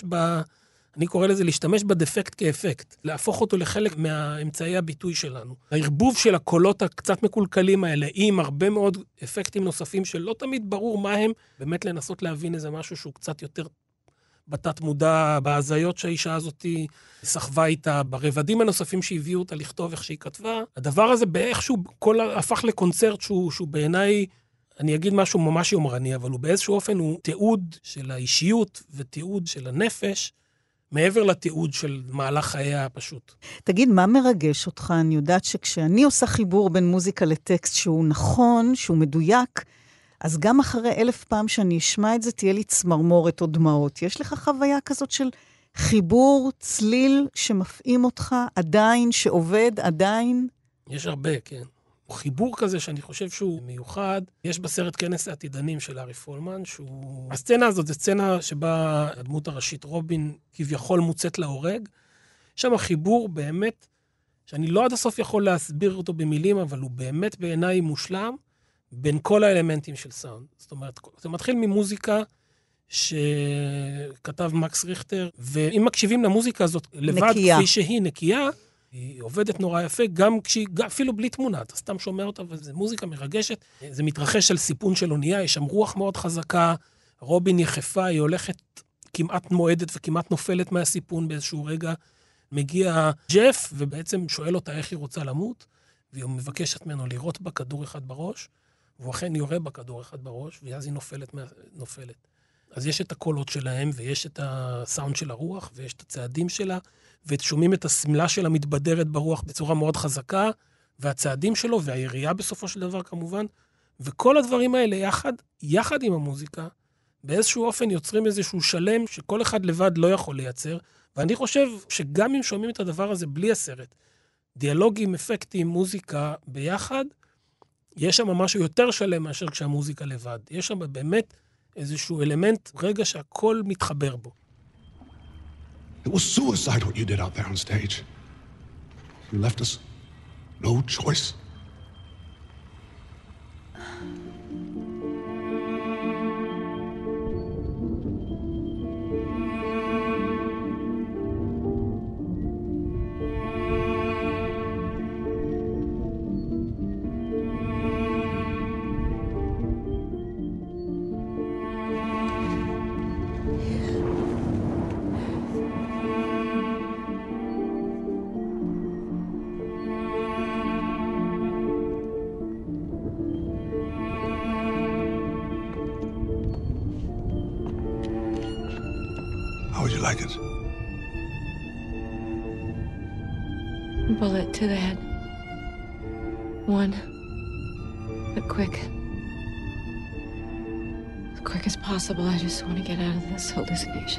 אני קורא לזה להשתמש בדפקט כאפקט, להפוך אותו לחלק מהאמצעי הביטוי שלנו. הערבוב של הקולות הקצת מקולקלים האלה, עם הרבה מאוד אפקטים נוספים שלא תמיד ברור מה הם, באמת לנסות להבין איזה משהו שהוא קצת יותר בתת מודע, בהזיות שהאישה הזאת סחבה איתה, ברבדים הנוספים שהביאו אותה לכתוב איך שהיא כתבה. הדבר הזה באיכשהו הפך לקונצרט שהוא בעיניי, אני אגיד משהו ממש יומרני, אבל הוא באיזשהו אופן הוא תיעוד של האישיות ותיעוד של הנפש, מעבר לתיעוד של מהלך חייה הפשוט. תגיד, מה מרגש אותך? אני יודעת שכשאני עושה חיבור בין מוזיקה לטקסט שהוא נכון, שהוא מדויק, אז גם אחרי 1000 פעם שאני אשמע את זה, תהיה לי צמרמורת או דמעות. יש לך חוויה כזאת של חיבור, צליל שמפעים אותך עדיין, שעובד עדיין? יש הרבה, כן. חיבור כזה שאני חושב שהוא מיוחד. יש בסרט כנס העתידנים של ארי פולמן, הסצנה הזאת זו סצנה שבה הדמות הראשית רובין כביכול מוצאת להורג. יש שם חיבור באמת, שאני לא עד הסוף יכול להסביר אותו במילים, אבל הוא באמת בעיניי מושלם, בין כל האלמנטים של סאונד. זאת אומרת, זה מתחיל ממוזיקה שכתב מקס ריכטר, ואם מקשיבים למוזיקה הזאת לבד, כפי שהיא נקייה, היא עובדת נורא יפה, גם כשהיא, אפילו בלי תמונה, אתה סתם שומע אותה, וזו מוזיקה מרגשת. זה מתרחש על סיפון של אונייה, יש שם רוח מאוד חזקה, רובין יחפה, היא הולכת כמעט מועדת וכמעט נופלת מהסיפון באיזשהו רגע. מגיע ג'ף, ובעצם שואל אותה איך היא רוצה למות, והיא מבקשת ממנו לירות בה כדור אחד בראש, והוא אכן יורה בה כדור אחד בראש, ואז היא נופלת. אז יש את הקולות שלהם, ויש את הסאונד של הרוח, ויש את הצעדים שלה, ושומעים את הסמלה שלה מתבדרת ברוח בצורה מאוד חזקה, והצעדים שלו, והירייה בסופו של דבר כמובן, וכל הדברים האלה יחד עם המוזיקה, באיזשהו אופן יוצרים איזשהו שלם, שכל אחד לבד לא יכול לייצר, ואני חושב שגם אם שומעים את הדבר הזה בלי הסרט, דיאלוגים, אפקטים, מוזיקה ביחד, יש שם משהו יותר שלם מאשר כשהמוזיקה לבד. יש שם באמת איזשהו אלמנט, רגע שהכל מתחבר בו. It was suicide what you did out there on stage. You left us no choice. How would you like it? Bullet to the head. One. But quick. As quick as possible. I just want to get out of this hallucination.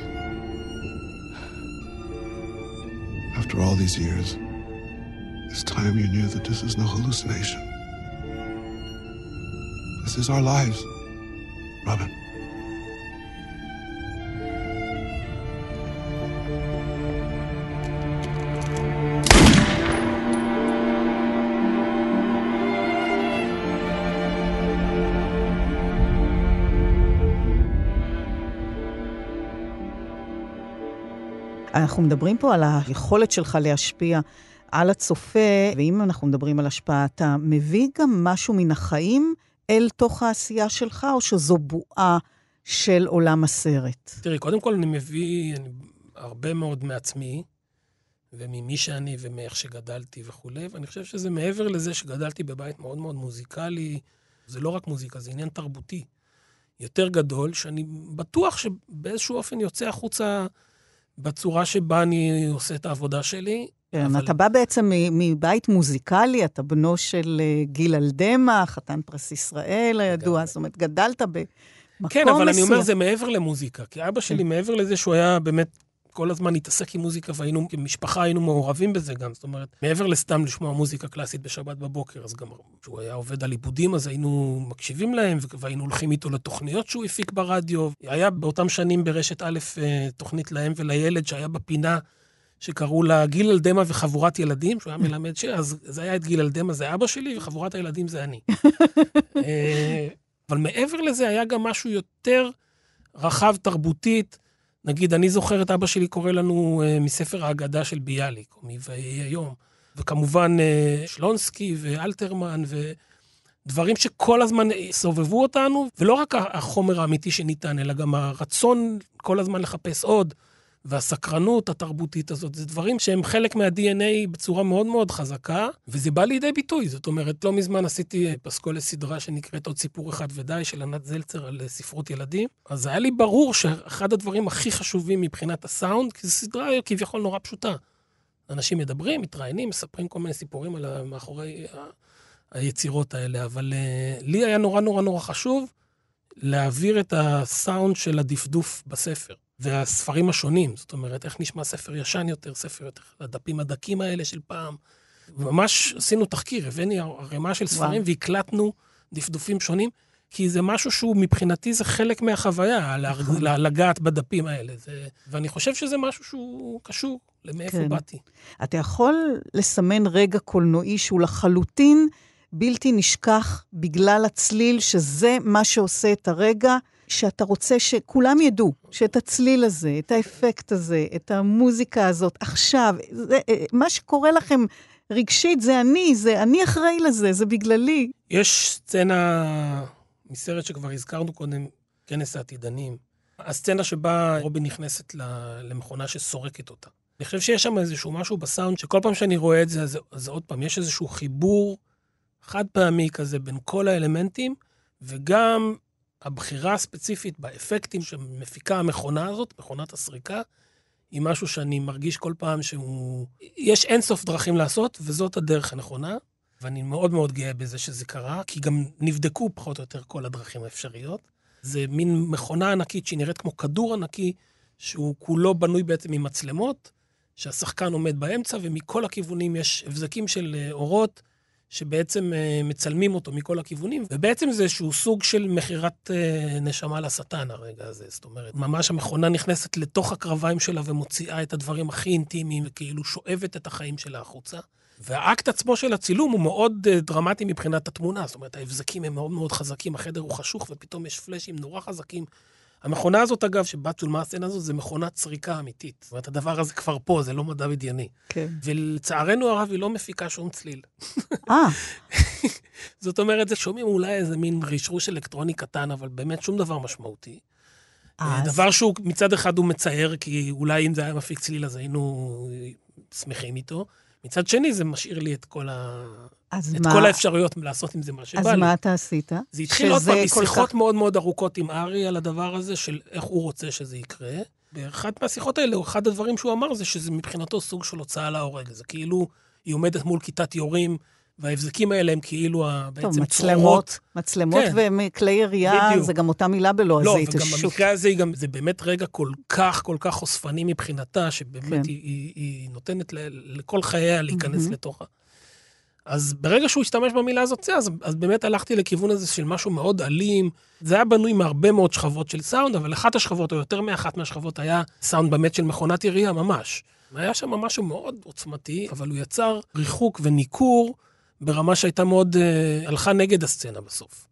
After all these years, this time you knew that this is no hallucination. This is our lives, Robin. אנחנו מדברים פה על היכולת שלך להשפיע על הצופה, ואם אנחנו מדברים על השפעה, אתה מביא גם משהו מן החיים אל תוך העשייה שלך, או שזו בועה של עולם הסרט? תראי, קודם כל אני מביא הרבה מאוד מעצמי, וממי שאני ומאיך שגדלתי וכו', ואני חושב שזה מעבר לזה שגדלתי בבית מאוד מאוד מוזיקלי, זה לא רק מוזיקה, זה עניין תרבותי יותר גדול, שאני בטוח שבאיזשהו אופן יוצא החוצה בצורה שבה אני עושה את העבודה שלי. כן, אבל... אתה בא בעצם מבית מוזיקלי, אתה בנו של גיל אלדמה, חתן פרס ישראל הידוע, זאת אומרת, גדלת במקום מסוים. כן, אבל אני אומר, זה מעבר למוזיקה, כי אבא שלי מעבר לזה שהוא היה באמת כל הזמן התעסק עם מוזיקה, והיינו, כמשפחה היינו מעורבים בזה גם, זאת אומרת, מעבר לסתם לשמוע מוזיקה קלאסית בשבת בבוקר, אז גם כשהוא היה עובד על עיבודים, אז היינו מקשיבים להם, והיינו הולכים איתו לתוכניות שהוא הפיק ברדיו. היה באותם שנים ברשת א' תוכנית להם ולילד, שהיה בפינה, שקראו לה גיל אלדמה וחבורת ילדים, שהוא היה מלמד אז זה היה את גיל אלדמה, זה אבא שלי, וחבורת הילדים זה אני. אבל מעבר לזה היה גם משהו יותר רחב תרבותית. נגיד, אני זוכר את אבא שלי קורא לנו מספר האגדה של ביאליק, או מבאי היום, וכמובן שלונסקי ואלתרמן, דברים שכל הזמן סובבו אותנו, ולא רק החומר האמיתי שניתן, אלא גם הרצון כל הזמן לחפש עוד, והסקרנות התרבותית הזאת, זה דברים שהם חלק מה-DNA בצורה מאוד מאוד חזקה, וזה בא לידי ביטוי. זאת אומרת, לא מזמן עשיתי פסקול לסדרה שנקראת עוד סיפור אחד ודי, של ענת זלצר על ספרות ילדים. אז היה לי ברור שאחד הדברים הכי חשובים מבחינת הסאונד, כי זו סדרה כביכול נורא פשוטה. אנשים מדברים, מתראיינים, מספרים כל מיני סיפורים על מאחורי היצירות האלה, אבל לי היה נורא נורא נורא חשוב להעביר את הסאונד של הדפדוף בספר. והספרים השונים, זאת אומרת, איך נשמע ספר ישן יותר, ספר יותר, הדפים הדקים האלה של פעם. ממש עשינו תחקיר, הבאני הרמה של ספרים, והקלטנו דפדופים שונים, כי זה משהו שהוא מבחינתי, זה חלק מהחוויה, לגעת בדפים האלה. ואני חושב שזה משהו שהוא קשור למאיפה באתי. אתה יכול לסמן רגע קולנועי שהוא לחלוטין בלתי נשכח בגלל הצליל, שזה מה שעושה את הרגע, שאתה רוצה שכולם ידעו, שאת הצליל הזה, את האפקט הזה, את המוזיקה הזאת, עכשיו, מה שקורה לכם רגשית, זה אני אחראי לזה, זה בגללי. יש סצנה מסרט שכבר הזכרנו קודם, כנס העתידנים. הסצנה שבה רובין נכנסת למכונה שסורקת אותה. אני חושב שיש שם איזשהו משהו בסאונד, שכל פעם שאני רואה את זה, אז עוד פעם, יש איזשהו חיבור חד פעמי כזה בין כל האלמנטים, וגם הבחירה הספציפית באפקטים שמפיקה המכונה הזאת, מכונת הסריקה, היא משהו שאני מרגיש כל פעם יש אינסוף דרכים לעשות, וזאת הדרך הנכונה, ואני מאוד מאוד גאה בזה שזה קרה, כי גם נבדקו פחות או יותר כל הדרכים האפשריות. זה מין מכונה ענקית שהיא נראית כמו כדור ענקי, שהוא כולו בנוי בעצם ממצלמות, שהשחקן עומד באמצע, ומכל הכיוונים יש הבזקים של אורות, שבעצם מצלמים אותו מכל הכיוונים, ובעצם זה איזשהו סוג של מחירת נשמה לשטן הרגע הזה. זאת אומרת, ממש המכונה נכנסת לתוך הקרביים שלה ומוציאה את הדברים הכי אינטימיים, וכאילו שואבת את החיים שלה החוצה. והאקט עצמו של הצילום הוא מאוד דרמטי מבחינת התמונה. זאת אומרת, ההבזקים הם מאוד מאוד חזקים, החדר הוא חשוך, ופתאום יש פלאשים נורא חזקים. המכונה הזאת, אגב, שבה צולמה הסצנה הזאת, זה מכונת סריקה אמיתית. זאת אומרת, הדבר הזה כבר פה, זה לא מדע בדיוני. כן. ולצערנו הרב, היא לא מפיקה שום צליל. זאת אומרת, זה שומעים אולי איזה מין רשרוש אלקטרוני קטן, אבל באמת שום דבר משמעותי. דבר שהוא מצד אחד הוא מצייר, כי אולי אם זה היה מפיק צליל, אז היינו שמחים איתו. מצד שני, זה משאיר לי את כל האפשרויות לעשות עם זה מה שבא לי. אז מה אתה עשית? זה התחיל עוד פעם משיחות מאוד מאוד ארוכות עם ארי על הדבר הזה, של איך הוא רוצה שזה יקרה. באחת מהשיחות האלה, אחד הדברים שהוא אמר זה שזה מבחינתו סוג של הוצאה להורג. זה כאילו, היא עומדת מול כיתת יורים, וההבזקים האלה הם כאילו בעצם צרורות. מצלמות וכלי ירייה, זה גם אותה מילה בלועזית. לא, וגם במקרה הזה, זה באמת רגע כל כך חושפני מבחינתה, שבאמת היא נותנת לכל חייה להיכנס לתוכה. אז ברגע שהוא השתמש במילה הזאת, אז באמת הלכתי לכיוון הזה של משהו מאוד אלים. זה היה בנוי מהרבה מאוד שכבות של סאונד, אבל אחת השכבות, או יותר מאחת מהשכבות, היה סאונד באמת של מכונת ירייה ממש. היה שם משהו מאוד עוצמתי, אבל הוא יצר ריחוק וניכור, ברמה שהייתה מאוד, הלכה נגד הסצנה בסוף.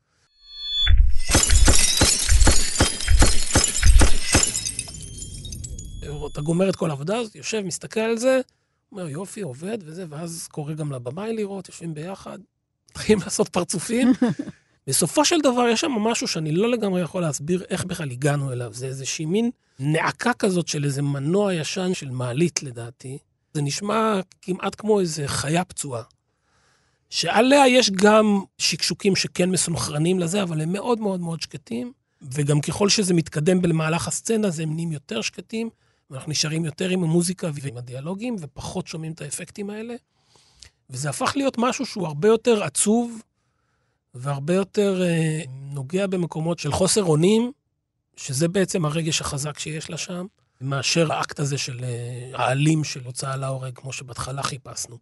אתה גומר את כל העבודה הזאת, יושב, מסתכל על זה, אומר יופי, עובד וזה, ואז קורא גם לבמאי לראות, יושבים ביחד, מתחילים לעשות פרצופים. בסופו של דבר יש שם משהו שאני לא לגמרי יכול להסביר איך בכלל הגענו אליו. זה איזושהי מין נעקה כזאת של איזה מנוע ישן של מעלית לדעתי. זה נשמע כמעט כמו איזה חיה פצועה. שעליה יש גם שקשוקים שכן מסונכרנים לזה, אבל הם מאוד מאוד מאוד שקטים, וגם ככל שזה מתקדם במהלך הסצנה, זה הם נהיים יותר שקטים, ואנחנו נשארים יותר עם המוזיקה ועם הדיאלוגים, ופחות שומעים את האפקטים האלה. וזה הפך להיות משהו שהוא הרבה יותר עצוב, והרבה יותר נוגע במקומות של חוסר אונים, שזה בעצם הרגש החזק שיש לה שם, מאשר האקט הזה של העלים של הוצאה להורג, כמו שבהתחלה חיפשנו.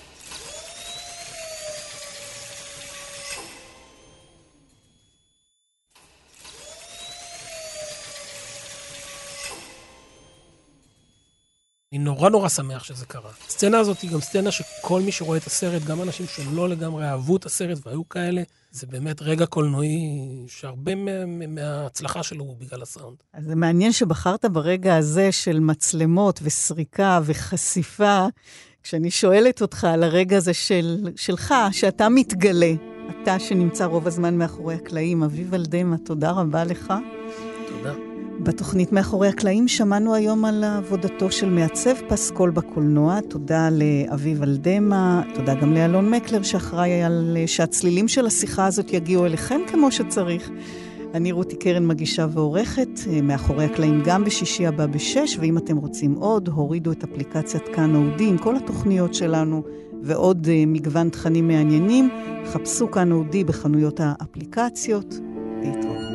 אני נורא נורא שמח שזה קרה. הסצנה הזאת היא גם סצנה שכל מי שרואה את הסרט, גם אנשים שלא לגמרי אהבו את הסרט והיו כאלה, זה באמת רגע קולנועי שהרבה מההצלחה שלו הוא בגלל הסאונד. אז זה מעניין שבחרת ברגע הזה של מצלמות וסריקה וחשיפה, כשאני שואלת אותך על הרגע הזה שלך, שאתה מתגלה, הקליטה שנמצא רוב הזמן מאחורי הקלעים. אביב אלדמה, תודה רבה לך. תודה. בתוכנית מאחורי הקלעים שמענו היום על עבודתו של מעצב פסקול בקולנוע. תודה לאביב אלדמה, תודה גם לאלון מקלר שאחראי על שהצלילים של השיחה הזאת יגיעו אליכם כמו שצריך. אני רותי קרן מגישה ועורכת, מאחורי הקלעים גם בשישי הבא ב-6, ואם אתם רוצים עוד, הורידו את אפליקציית כאן אודי עם כל התוכניות שלנו, ועוד מגוון תכנים מעניינים, חפשו כאן אודי בחנויות האפליקציות. להתראות.